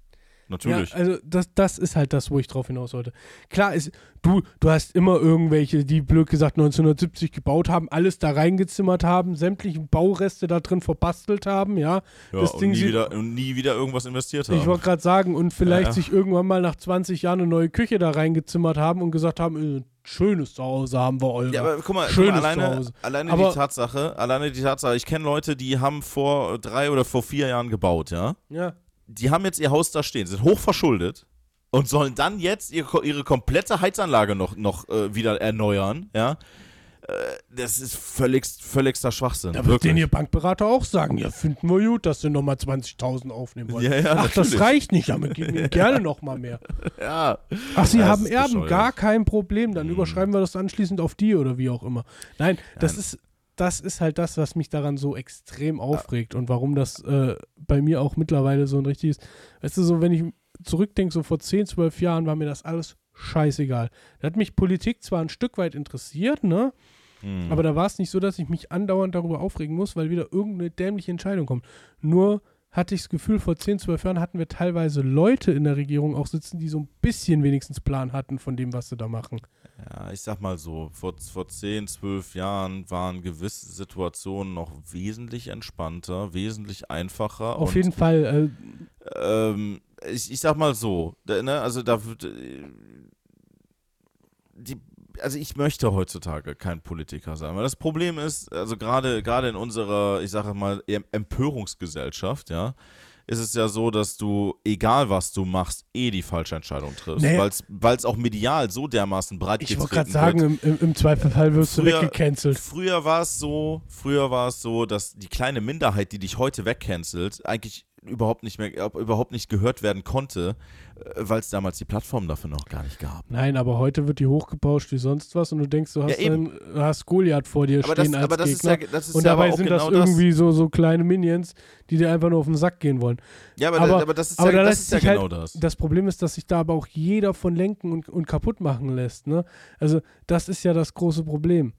natürlich. Ja, also das, das ist halt das, wo ich drauf hinaus wollte. Klar, ist, du, du hast immer irgendwelche, die blöd gesagt neunzehnhundertsiebzig gebaut haben, alles da reingezimmert haben, sämtliche Baureste da drin verbastelt haben, ja. Ja, das und, Ding nie sieht, wieder, und nie wieder irgendwas investiert haben. ich wollte gerade sagen, und vielleicht Ja, ja. sich irgendwann mal nach zwanzig Jahren eine neue Küche da reingezimmert haben und gesagt haben, äh, schönes Zuhause haben wir eure. Ja, aber guck mal, guck schönes mal alleine, Zuhause. alleine Aber- die Tatsache, alleine die Tatsache, ich kenne Leute, die haben vor drei oder vor vier Jahren gebaut, ja. Ja. Die haben jetzt ihr Haus da stehen, sind hoch verschuldet und sollen dann jetzt ihre, ihre komplette Heizanlage noch, noch äh, wieder erneuern, ja. Äh, das ist völligst, völligster Schwachsinn. Da wird wirklich. denen ihr Bankberater auch sagen, ja, finden wir gut, dass sie nochmal zwanzigtausend aufnehmen wollen. Ja, ja, Ach, das natürlich. reicht nicht, damit geben wir gerne nochmal mehr. Ja. Ach, sie Das haben ist Erben, bescheuert. gar kein Problem, dann Mhm. überschreiben wir das anschließend auf die oder wie auch immer. Nein, das Nein. ist das ist halt das, was mich daran so extrem aufregt und warum das äh, bei mir auch mittlerweile so ein richtiges, weißt du, so wenn ich zurückdenke, so vor zehn, zwölf Jahren war mir das alles scheißegal. Da hat mich Politik zwar ein Stück weit interessiert, ne? Mhm. Aber da war es nicht so, dass ich mich andauernd darüber aufregen muss, weil wieder irgendeine dämliche Entscheidung kommt. Nur hatte ich das Gefühl, vor zehn, zwölf Jahren hatten wir teilweise Leute in der Regierung auch sitzen, die so ein bisschen wenigstens Plan hatten von dem, was sie da machen. Ja, ich sag mal so, vor, vor zehn, zwölf Jahren waren gewisse Situationen noch wesentlich entspannter, wesentlich einfacher. Auf und, jeden Fall. Äh, Ähm, ich, ich sag mal so, da, ne, also da wird äh, die, also ich möchte heutzutage kein Politiker sein, weil das Problem ist, also gerade gerade in unserer, ich sage mal, Em- Empörungsgesellschaft, ja, ist es ja so, dass du, egal was du machst, eh die falsche Entscheidung triffst, Nee. weil es auch medial so dermaßen breit ich wollte getreten gerade sagen, wird. im, im, im Zweifelfall wirst du Früher- weggecancelt. Früher war es so, früher war es so, dass die kleine Minderheit, die dich heute wegcancelt, eigentlich überhaupt nicht mehr, überhaupt nicht gehört werden konnte, weil es damals die Plattform dafür noch gar nicht gab. Nein, aber heute wird die hochgebauscht wie sonst was und du denkst, du hast, Ja, eben. dann, du hast Goliath vor dir Aber stehen das, als aber das ist Gegner. ja, das ist und ja dabei aber auch sind genau das irgendwie so, so kleine Minions, die dir einfach nur auf den Sack gehen wollen. Ja, aber, aber- aber das ist aber ja, da das lässt ist ja sich halt- genau das. Das Problem ist, dass sich da aber auch jeder von lenken und, und kaputt machen lässt. Ne? Also das ist ja das große Problem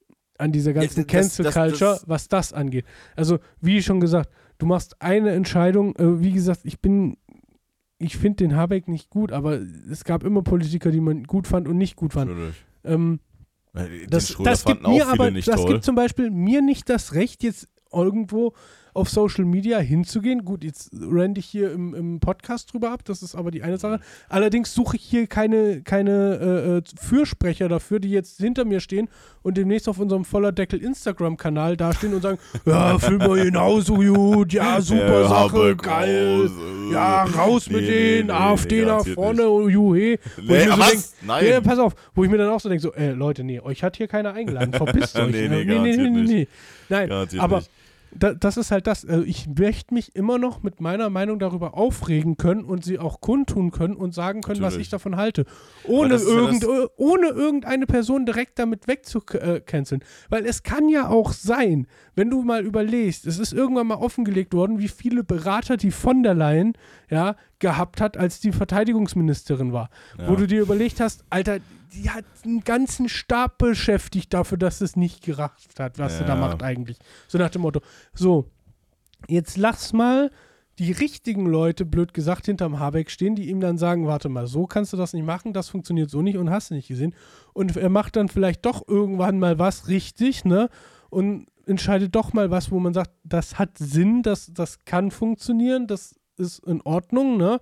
an dieser ganzen das- Cancel das- Culture, das- was das angeht. Also wie schon gesagt, du machst eine Entscheidung, äh, wie gesagt, ich bin, ich finde den Habeck nicht gut, aber es gab immer Politiker, die man gut fand und nicht gut fand. Natürlich. Ähm, Den das Schröder das gibt fanden mir auch viele aber, nicht das toll. gibt zum Beispiel mir nicht das Recht, jetzt irgendwo auf Social Media hinzugehen. Gut, jetzt rente ich hier im, im Podcast drüber ab, das ist aber die eine Sache. Allerdings suche ich hier keine, keine äh, äh, Fürsprecher dafür, die jetzt hinter mir stehen und demnächst auf unserem Vollerdeckel Instagram-Kanal dastehen und sagen, ja, fühlen wir genauso gut, ja, super Ja, Sache, Habeck geil, raus, äh, ja, raus mit nee, denen, nee, nee, AfD nee, nach garantiert vorne, oh, juhe. Wo Nee, ich mir so was? denk, Nein. Ja, pass auf, wo ich mir dann auch so denke, so, äh, Leute, nee, euch hat hier keiner eingeladen, verpisst euch. Nee, Äh, nee, garantiert nicht. Nein, Garantiert aber nicht. da, das ist halt das, also ich möchte mich immer noch mit meiner Meinung darüber aufregen können und sie auch kundtun können und sagen können, was Natürlich. ich davon halte. Ohne, das ist ja irgend, das- ohne irgendeine Person direkt damit wegzucanceln. Weil es kann ja auch sein, wenn du mal überlegst, es ist irgendwann mal offengelegt worden, wie viele Berater die von der Leyen ja, gehabt hat, als die Verteidigungsministerin war. Ja. Wo du dir überlegt hast, Alter, die hat einen ganzen Stab beschäftigt dafür, dass es nicht gerafft hat, was sie da Ja. macht eigentlich. So nach dem Motto, so, jetzt lass mal die richtigen Leute, blöd gesagt, hinterm Habeck stehen, die ihm dann sagen, warte mal, so kannst du das nicht machen, das funktioniert so nicht und hast du nicht gesehen. Und er macht dann vielleicht doch irgendwann mal was richtig, ne? Und entscheidet doch mal was, wo man sagt, das hat Sinn, das, das kann funktionieren, das ist in Ordnung, ne?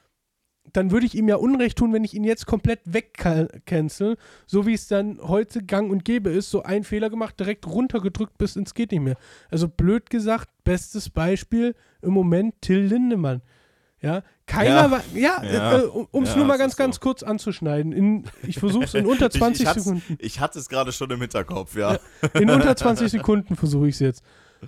Dann würde ich ihm ja Unrecht tun, wenn ich ihn jetzt komplett wegcancel, so wie es dann heute gang und gäbe ist, so ein Fehler gemacht, direkt runtergedrückt bis ins geht nicht mehr. Also blöd gesagt, bestes Beispiel im Moment Till Lindemann. Ja, keiner Ja. war, ja, Ja. äh, um es Ja, nur mal das ganz, ist so. ganz kurz anzuschneiden. In, ich versuche es in unter Ich- zwanzig ich hat's- Sekunden. Ich hatte es gerade schon im Hinterkopf, ja. In unter zwanzig Sekunden versuche ich es jetzt.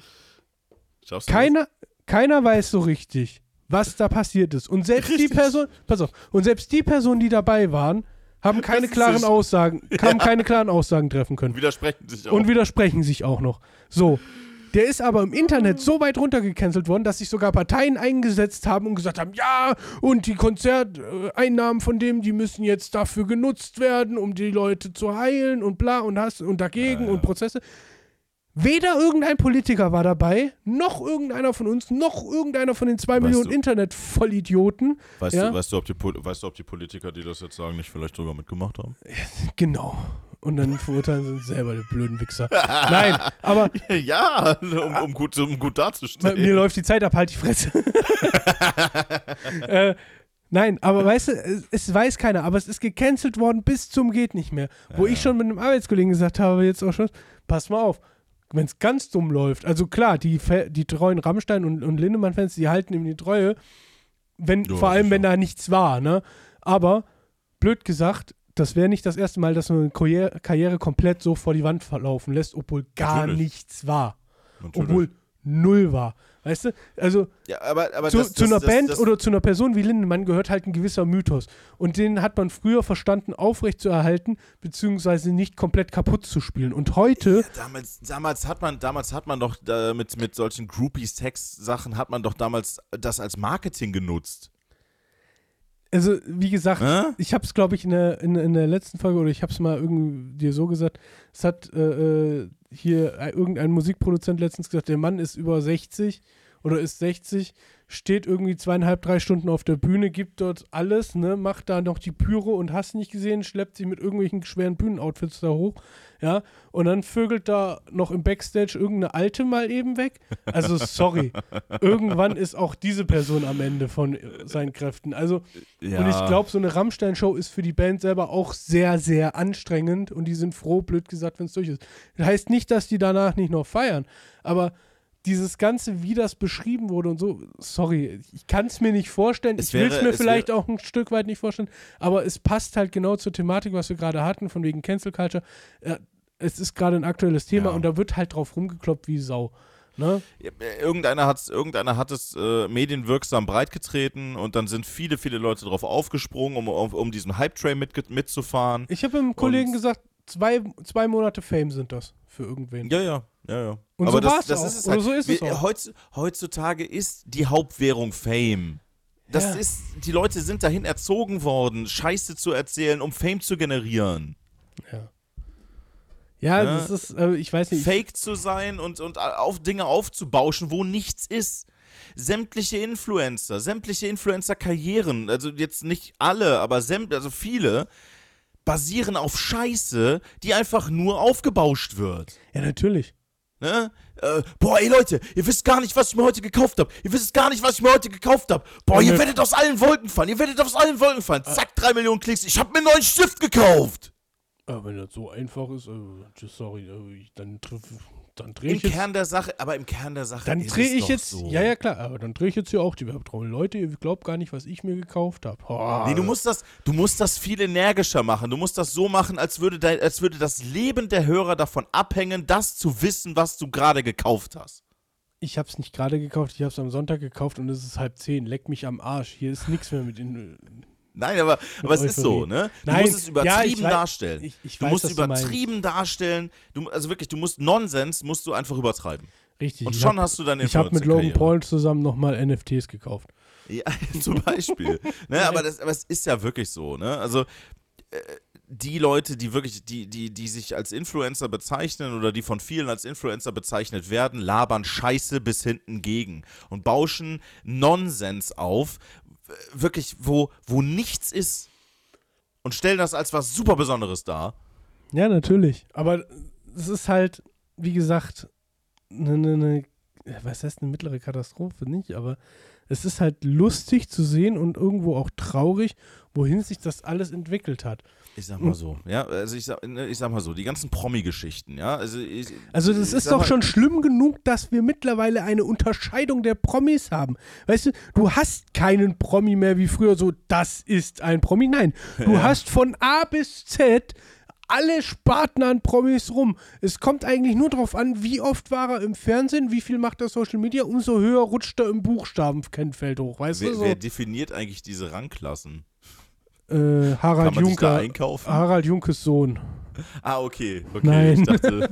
Schaffst du Keiner, keiner weiß so richtig, was da passiert ist. Und selbst die Richtig. Person, pass auf, und selbst die Personen, die dabei waren, haben keine ist klaren es. Aussagen, haben keine klaren Aussagen treffen das? können. Widersprechen sich auch. Und widersprechen sich auch noch. So. Der ist aber im Internet so weit runtergecancelt worden, dass sich sogar Parteien eingesetzt haben und gesagt haben, ja, und die Konzerteinnahmen von dem, die müssen jetzt dafür genutzt werden, um die Leute zu heilen und bla und hast und dagegen Ja, ja. und Prozesse. Weder irgendein Politiker war dabei, noch irgendeiner von uns, noch irgendeiner von den zwei Weißt Millionen du- Internet-Vollidioten. Weißt, Ja? du, weißt, du, ob die, Pol- weißt du, ob die Politiker, die das jetzt sagen, nicht vielleicht sogar mitgemacht haben? Genau. Und dann verurteilen sie uns selber, die blöden Wichser. Nein, aber Ja, um, um, gut, um gut dazustehen. mir läuft die Zeit ab, halt die Fresse. äh, nein, aber weißt du, es, es weiß keiner, aber es ist gecancelt worden bis zum geht nicht mehr. Wo Ja. ich schon mit einem Arbeitskollegen gesagt habe, jetzt auch schon, pass mal auf, wenn es ganz dumm läuft, also klar, die, Fa- die treuen Rammstein- und, und Lindemann-Fans, die halten ihm die Treue, wenn, Ja, vor allem, sicher. wenn da nichts war, ne? Aber, blöd gesagt, das wäre nicht das erste Mal, dass man eine Karriere, Karriere komplett so vor die Wand verlaufen lässt, obwohl gar Natürlich. nichts war. Natürlich. Obwohl null war. Weißt du? Also, Ja, aber, aber zu, das, zu das, einer das, Band das, oder zu einer Person wie Lindemann gehört halt ein gewisser Mythos. Und den hat man früher verstanden, aufrechtzuerhalten, beziehungsweise nicht komplett kaputt zu spielen. Und heute, Ja, damals, damals hat man, damals hat man doch äh, mit, mit solchen Groupies-Text-Sachen hat man doch damals das als Marketing genutzt. also wie gesagt, Hä? ich habe es, glaube ich, in der, in, in der letzten Folge, oder ich habe es mal irgendwie dir so gesagt, es hat äh, äh, hier äh, irgendein Musikproduzent letztens gesagt, der Mann ist über sechzig oder ist sechzig, steht irgendwie zweieinhalb, drei Stunden auf der Bühne, gibt dort alles, ne, macht da noch die Pyro und hast nicht gesehen, schleppt sich mit irgendwelchen schweren Bühnenoutfits da hoch, ja, und dann vögelt da noch im Backstage irgendeine Alte mal eben weg. Also sorry, irgendwann ist auch diese Person am Ende von äh, seinen Kräften. Also Ja. und ich glaube, so eine Rammstein-Show ist für die Band selber auch sehr, sehr anstrengend und die sind froh, blöd gesagt, wenn es durch ist. Das heißt nicht, dass die danach nicht noch feiern, aber dieses Ganze, wie das beschrieben wurde und so, sorry, ich kann es mir nicht vorstellen. Es ich will es wäre- mir es vielleicht auch ein Stück weit nicht vorstellen, aber es passt halt genau zur Thematik, was wir gerade hatten, von wegen Cancel Culture. Äh, es ist gerade ein aktuelles Thema Ja. und da wird halt drauf rumgekloppt wie Sau. Ne? Ja, Irgendeiner, hat's, irgendeiner hat es äh, medienwirksam breitgetreten und dann sind viele, viele Leute drauf aufgesprungen, um, um, um diesen Hype-Train mit, mitzufahren. Ich habe einem Kollegen Und- gesagt, zwei, zwei Monate Fame sind das für irgendwen. Ja, ja, ja, ja. Und Aber so das, war's das auch. ist es Oder halt. so ist es Wir- auch. Heutz, heutzutage ist die Hauptwährung Fame. Das Ja. ist, die Leute sind dahin erzogen worden, Scheiße zu erzählen, um Fame zu generieren. Ja. Ja, Ja. das ist, äh, ich weiß nicht. Fake zu sein und, und auf Dinge aufzubauschen, wo nichts ist. Sämtliche Influencer, sämtliche Influencer-Karrieren, also jetzt nicht alle, aber sämt, also viele, basieren auf Scheiße, die einfach nur aufgebauscht wird. Ja, natürlich. Ne? Äh, boah, ey Leute, ihr wisst gar nicht, was ich mir heute gekauft habe. Ihr wisst gar nicht, was ich mir heute gekauft habe. Boah, Ja, ihr ne- werdet aus allen Wolken fallen. Ihr werdet aus allen Wolken fallen. Zack, drei Millionen Klicks. Ich habe mir einen neuen Stift gekauft. Aber wenn das so einfach ist, äh, just sorry, äh, ich- dann, triff, dann drehe Im ich jetzt. Kern der Sache, aber im Kern der Sache Dann ist drehe es ich doch jetzt. so. Ja, ja, klar, aber dann drehe ich jetzt hier auch die Werbetrommel. Leute, ihr glaubt gar nicht, was ich mir gekauft habe. Oh, Nee, du musst das, du musst das viel energischer machen. Du musst das so machen, als würde, dein, als würde das Leben der Hörer davon abhängen, das zu wissen, was du gerade gekauft hast. Ich habe es nicht gerade gekauft, ich habe es am Sonntag gekauft und es ist halb zehn. Leck mich am Arsch. Hier ist nichts mehr mit in. Nein, aber, aber es ist so, Euphorie. ne? Du Nein, musst es ja, übertrieben ich wei- darstellen. ich- ich du weiß, musst was du meinst. übertrieben darstellen. Du, also wirklich, du musst Nonsens, musst du einfach übertreiben. Richtig. Und ich schon hab, hast du deine Ich habe mit Logan Influencer-Karriere. Paul zusammen nochmal N F Ts gekauft. Ja, zum Beispiel. ne, aber, das, aber es ist ja wirklich so, ne? Also äh, die Leute, die wirklich, die, die, die sich als Influencer bezeichnen oder die von vielen als Influencer bezeichnet werden, labern Scheiße bis hinten gegen und bauschen Nonsens auf, w- wirklich, wo, wo nichts ist und stellen das als was super Besonderes dar. Ja, natürlich. Aber es ist halt, wie gesagt, eine, eine, eine was heißt eine mittlere Katastrophe nicht, aber es ist halt lustig zu sehen und irgendwo auch traurig, wohin sich das alles entwickelt hat. Ich sag mal so, ja, also ich sag, ne, ich sag mal so, die ganzen Promi-Geschichten, ja, also ich, Also das ich ist sag doch mal- schon schlimm genug, dass wir mittlerweile eine Unterscheidung der Promis haben. Weißt du, du hast keinen Promi mehr wie früher so, das ist ein Promi. Nein, du Ja. hast von A bis Z alle Sparten an Promis rum. Es kommt eigentlich nur darauf an, wie oft war er im Fernsehen, wie viel macht er Social Media, umso höher rutscht er im Buchstabenkennfeld hoch, weißt wer, du? So, wer definiert eigentlich diese Rangklassen? äh, Harald Kann man sich da Juncker, einkaufen? Harald Junkes Sohn. Ah, okay. okay. Nein. Ich dachte.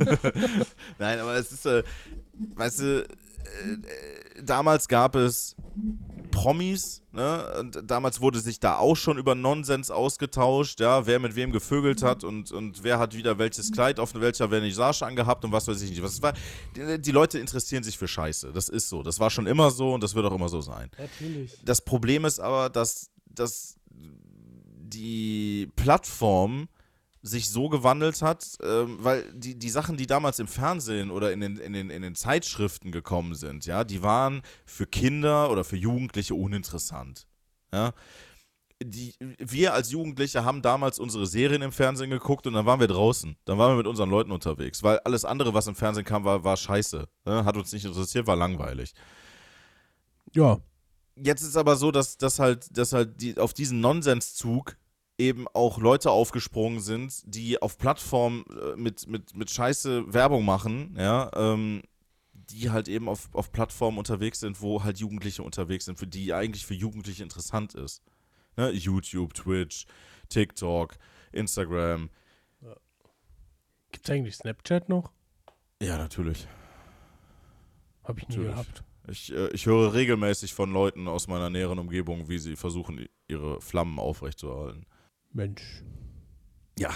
Nein, aber es ist, äh, weißt du, äh, äh, damals gab es Promis, ne? Und damals wurde sich da auch schon über Nonsens ausgetauscht, ja, wer mit wem gevögelt hat und, und wer hat wieder welches Kleid auf welcher Vernissage angehabt und was weiß ich nicht. Was war, die, die Leute interessieren sich für Scheiße, das ist so. Das war schon immer so und das wird auch immer so sein. Natürlich. Das Problem ist aber, dass, dass die Plattform sich so gewandelt hat, ähm, weil die, die Sachen, die damals im Fernsehen oder in den, in, den, in den Zeitschriften gekommen sind, ja, die waren für Kinder oder für Jugendliche uninteressant. Ja. Die, wir als Jugendliche haben damals unsere Serien im Fernsehen geguckt und dann waren wir draußen. Dann waren wir mit unseren Leuten unterwegs, weil alles andere, was im Fernsehen kam, war, war scheiße. Ja, hat uns nicht interessiert, war langweilig. Ja. Jetzt ist aber so, dass, dass halt, dass halt die, auf diesen Nonsenszug eben auch Leute aufgesprungen sind, die auf Plattformen äh, mit, mit, mit Scheiße Werbung machen, ja, ähm, die halt eben auf, auf Plattformen unterwegs sind, wo halt Jugendliche unterwegs sind, für die eigentlich für Jugendliche interessant ist. Ne? YouTube, Twitch, TikTok, Instagram. Gibt es eigentlich Snapchat noch? Ja, natürlich. Hab ich nie Natürlich. gehabt. Ich, äh, ich höre regelmäßig von Leuten aus meiner näheren Umgebung, wie sie versuchen, ihre Flammen aufrechtzuerhalten. Mensch. Ja.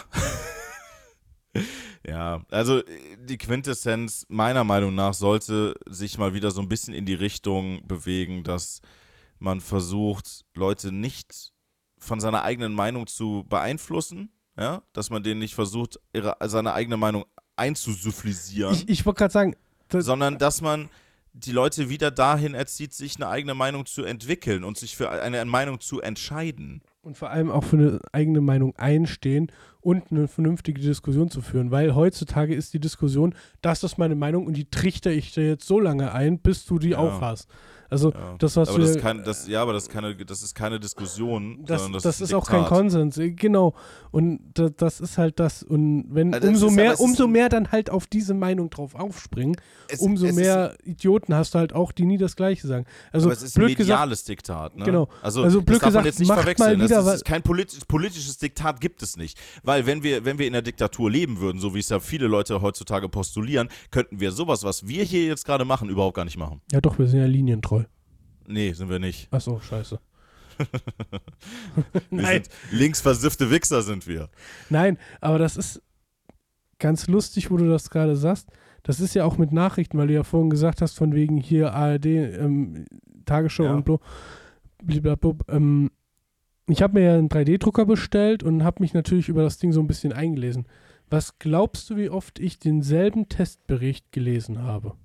Ja, also die Quintessenz meiner Meinung nach sollte sich mal wieder so ein bisschen in die Richtung bewegen, dass man versucht, Leute nicht von seiner eigenen Meinung zu beeinflussen, ja, dass man denen nicht versucht, ihre, seine eigene Meinung einzusufflisieren, Ich, ich wollte gerade sagen, das, sondern dass man die Leute wieder dahin erzieht, sich eine eigene Meinung zu entwickeln und sich für eine Meinung zu entscheiden. und vor allem auch für eine eigene Meinung einstehen und eine vernünftige Diskussion zu führen, weil heutzutage ist die Diskussion, das ist meine Meinung und die trichter ich dir jetzt so lange ein, bis du die Ja. auch hast. Also Ja. das, was aber wir... das ist kein, das, ja, aber das ist keine, das ist keine Diskussion, Das, sondern das, das ist, ist ein auch kein Diktat. Konsens, äh, genau. Und da, das ist halt das. Und wenn Also es umso ist- aber mehr, es ist umso ein- mehr dann halt auf diese Meinung drauf aufspringen, Es- umso es ist mehr Idioten hast du halt auch, die nie das Gleiche sagen. Also aber es ist ein blöd gesagt, mediales Diktat, ne? Genau. Also, Also das blöd darf man gesagt, jetzt nicht macht verwechseln. mal wieder das ist, was- ist kein politisch, politisches Diktat gibt es nicht. Weil wenn wir, wenn wir in der Diktatur leben würden, so wie es ja viele Leute heutzutage postulieren, könnten wir sowas, was wir hier jetzt gerade machen, überhaupt gar nicht machen. ja doch, wir sind ja linientreu. Nee, sind wir nicht. Achso, scheiße. Wir Nein. sind linksversiffte Wichser sind wir. Nein, aber das ist ganz lustig, wo du das gerade sagst. Das ist ja auch mit Nachrichten, weil du ja vorhin gesagt hast, von wegen hier A R D, ähm, Tagesschau Ja. und blo, blablabla. Ähm, ich habe mir ja einen drei D Drucker bestellt und habe mich natürlich über das Ding so ein bisschen eingelesen. Was glaubst du, wie oft ich denselben Testbericht gelesen habe?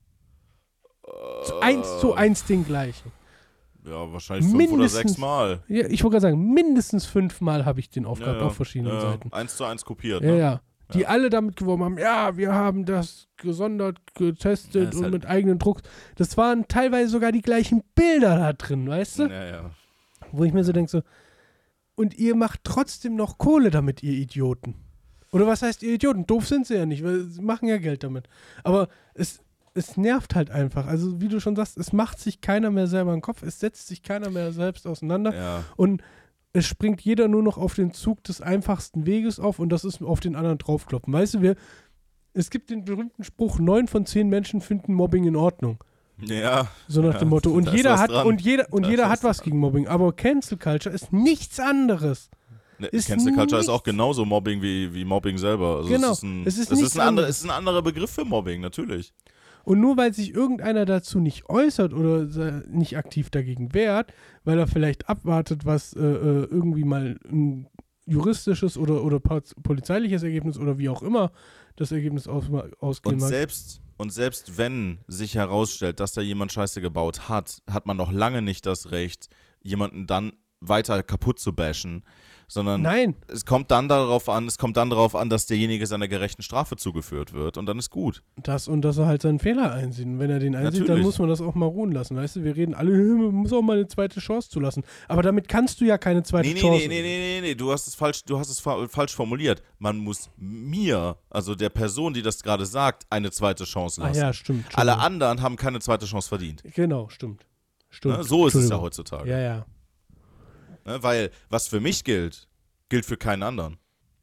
Zu eins zu eins den gleichen. Ja, wahrscheinlich fünf oder Mindestens- sechs Mal. Ja, ich wollte gerade sagen, mindestens fünfmal habe ich den aufgehabt Ja, ja. auf verschiedenen ja, Seiten. Eins zu eins kopiert, Ja, ne? ja. Die Ja. alle damit geworben haben, ja, wir haben das gesondert Ja, getestet ist und halt- mit eigenen Druck. Das waren teilweise sogar die gleichen Bilder da drin, weißt du? Ja, ja. Wo ich mir so denke, so, und ihr macht trotzdem noch Kohle damit, ihr Idioten. Oder was heißt ihr Idioten? Doof sind sie ja nicht, weil sie machen ja Geld damit. Aber es, es nervt halt einfach. Also wie du schon sagst, es macht sich keiner mehr selber in den Kopf, es setzt sich keiner mehr selbst auseinander. Ja. Und es springt jeder nur noch auf den Zug des einfachsten Weges auf und das ist auf den anderen draufkloppen. Weißt du, wir, es gibt den berühmten Spruch, neun von zehn Menschen finden Mobbing in Ordnung. Ja. So nach Ja, dem Motto. Und da ist jeder was hat, dran. und jeder, und Da ist jeder was hat was dran. gegen Mobbing. Aber Cancel Culture ist nichts anderes. Ne, Ist Cancel Culture ist nichts- auch genauso Mobbing wie, wie Mobbing selber. Also Genau. Es ist ein, Es ist es nichts ist ein, andere, anderes. es ist ein anderer Begriff für Mobbing, natürlich. Und nur weil sich irgendeiner dazu nicht äußert oder se- nicht aktiv dagegen wehrt, weil er vielleicht abwartet, was äh, äh, irgendwie mal ein juristisches oder, oder poz- polizeiliches Ergebnis oder wie auch immer das Ergebnis aus, ausgehen Und mag. selbst, und selbst wenn sich herausstellt, dass da jemand Scheiße gebaut hat, hat man noch lange nicht das Recht, jemanden dann weiter kaputt zu bashen, sondern Nein, es kommt dann darauf an, es kommt dann darauf an, dass derjenige seiner gerechten Strafe zugeführt wird und dann ist gut. das und dass er halt seinen Fehler einsieht. Und wenn er den einsieht, dann Natürlich. muss man das auch mal ruhen lassen. Weißt du, wir reden alle, man muss auch mal eine zweite Chance zulassen. Aber damit kannst du ja keine zweite Nee, nee, Chance. nee, nee, nee, nee, nee, du hast es falsch, du hast es fa falsch formuliert. Man muss mir, also der Person, die das gerade sagt, eine zweite Chance Ach lassen. ja, stimmt. Alle Entschuldigung. anderen haben keine zweite Chance verdient. Genau, stimmt. Stimmt. Ne? So ist es ja Entschuldigung. heutzutage. Ja, ja. Ne? Weil was für mich gilt, gilt für keinen anderen.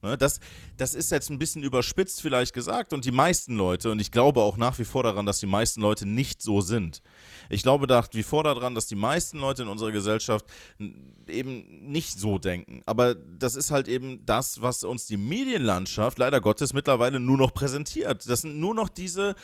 Ne, das, das ist jetzt ein bisschen überspitzt vielleicht gesagt und die meisten Leute, und ich glaube auch nach wie vor daran, dass die meisten Leute nicht so sind. Ich glaube nach wie vor daran, dass die meisten Leute in unserer Gesellschaft eben nicht so denken. Aber das ist halt eben das, was uns die Medienlandschaft leider Gottes mittlerweile nur noch präsentiert. Das sind nur noch diese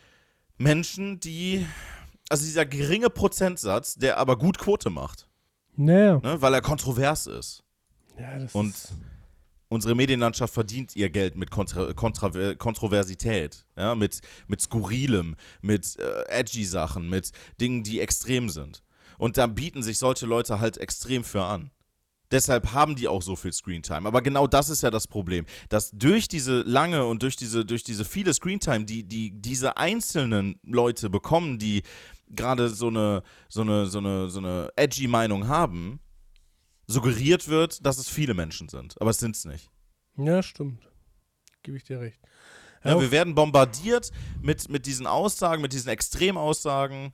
Menschen, die, also dieser geringe Prozentsatz, der aber gut Quote macht, Naja. ne, weil er kontrovers ist. Ja, das Und ist, unsere Medienlandschaft verdient ihr Geld mit Kontra- Kontra- Kontroversität, ja, mit, mit Skurrilem, mit äh, edgy Sachen, mit Dingen, die extrem sind. Und da bieten sich solche Leute halt extrem für an. Deshalb haben die auch so viel Screentime. Aber genau das ist ja das Problem, dass durch diese lange und durch diese, durch diese viele Screentime, die, die diese einzelnen Leute bekommen, die gerade so eine, so eine, so eine, so eine edgy Meinung haben, suggeriert wird, dass es viele Menschen sind. Aber es sind es nicht. ja, stimmt. Gebe ich dir recht. Ja, Ja, wir werden bombardiert mit, mit diesen Aussagen, mit diesen Extremaussagen,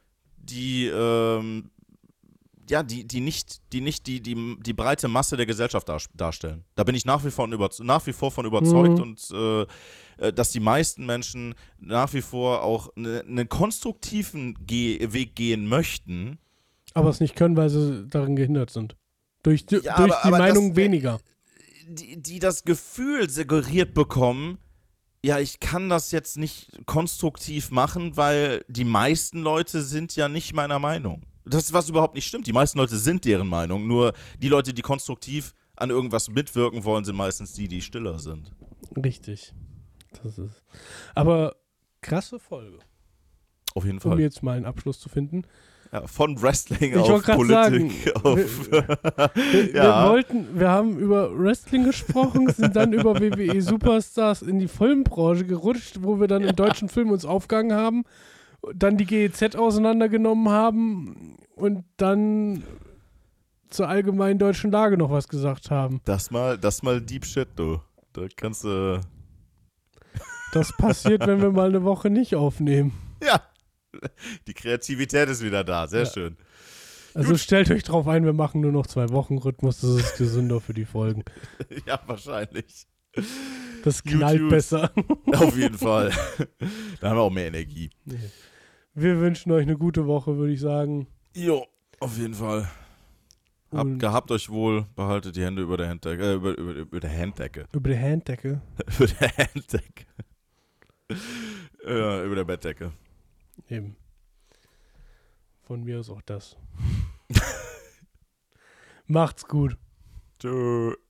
die, ähm, ja, die, die nicht, die, nicht die, die, die breite Masse der Gesellschaft dar- darstellen. Da bin ich nach wie vor, über, nach wie vor von überzeugt Mhm. und äh, dass die meisten Menschen nach wie vor auch ne, einen konstruktiven Ge- Weg gehen möchten. aber es nicht können, weil sie darin gehindert sind. Durch, die- Ja, durch aber- die aber Meinung das- weniger. Die, die das Gefühl suggeriert bekommen, ja, ich kann das jetzt nicht konstruktiv machen, weil die meisten Leute sind ja nicht meiner Meinung. Das ist was überhaupt nicht stimmt. Die meisten Leute sind deren Meinung. Nur die Leute, die konstruktiv an irgendwas mitwirken wollen, sind meistens die, die stiller sind. Richtig. Das ist. Aber krasse Folge, Auf jeden um Fall. jetzt mal einen Abschluss zu finden. Ja, von Wrestling Ich auf wollte gerade sagen, Politik. auf, Wir, Ja. wir wollten, wir haben über Wrestling gesprochen, sind dann über W W E Superstars in die Filmbranche gerutscht, wo wir dann im deutschen Film uns aufgegangen haben, dann die G E Z auseinandergenommen haben und dann zur allgemeinen deutschen Lage noch was gesagt haben. das mal, das mal Deep Shit, du. Da kannst du. Das passiert, wenn wir mal eine Woche nicht aufnehmen. Ja. Die Kreativität ist wieder da. Sehr Ja. schön. Also stellt euch drauf ein, wir machen nur noch zwei Wochen Rhythmus, das ist gesünder für die Folgen. Ja, wahrscheinlich. Das Gut, knallt gut. besser. Auf jeden Fall. Da haben wir auch mehr Energie. Wir wünschen euch eine gute Woche, würde ich sagen. Jo, auf jeden Fall. Habt, Und gehabt euch wohl, behaltet die Hände über der Handdecke, äh, über, über, über der Handdecke. über die Handdecke. über der Handdecke. Ja, über der Bettdecke. Eben. Von mir aus auch das. Macht's gut. Tschö.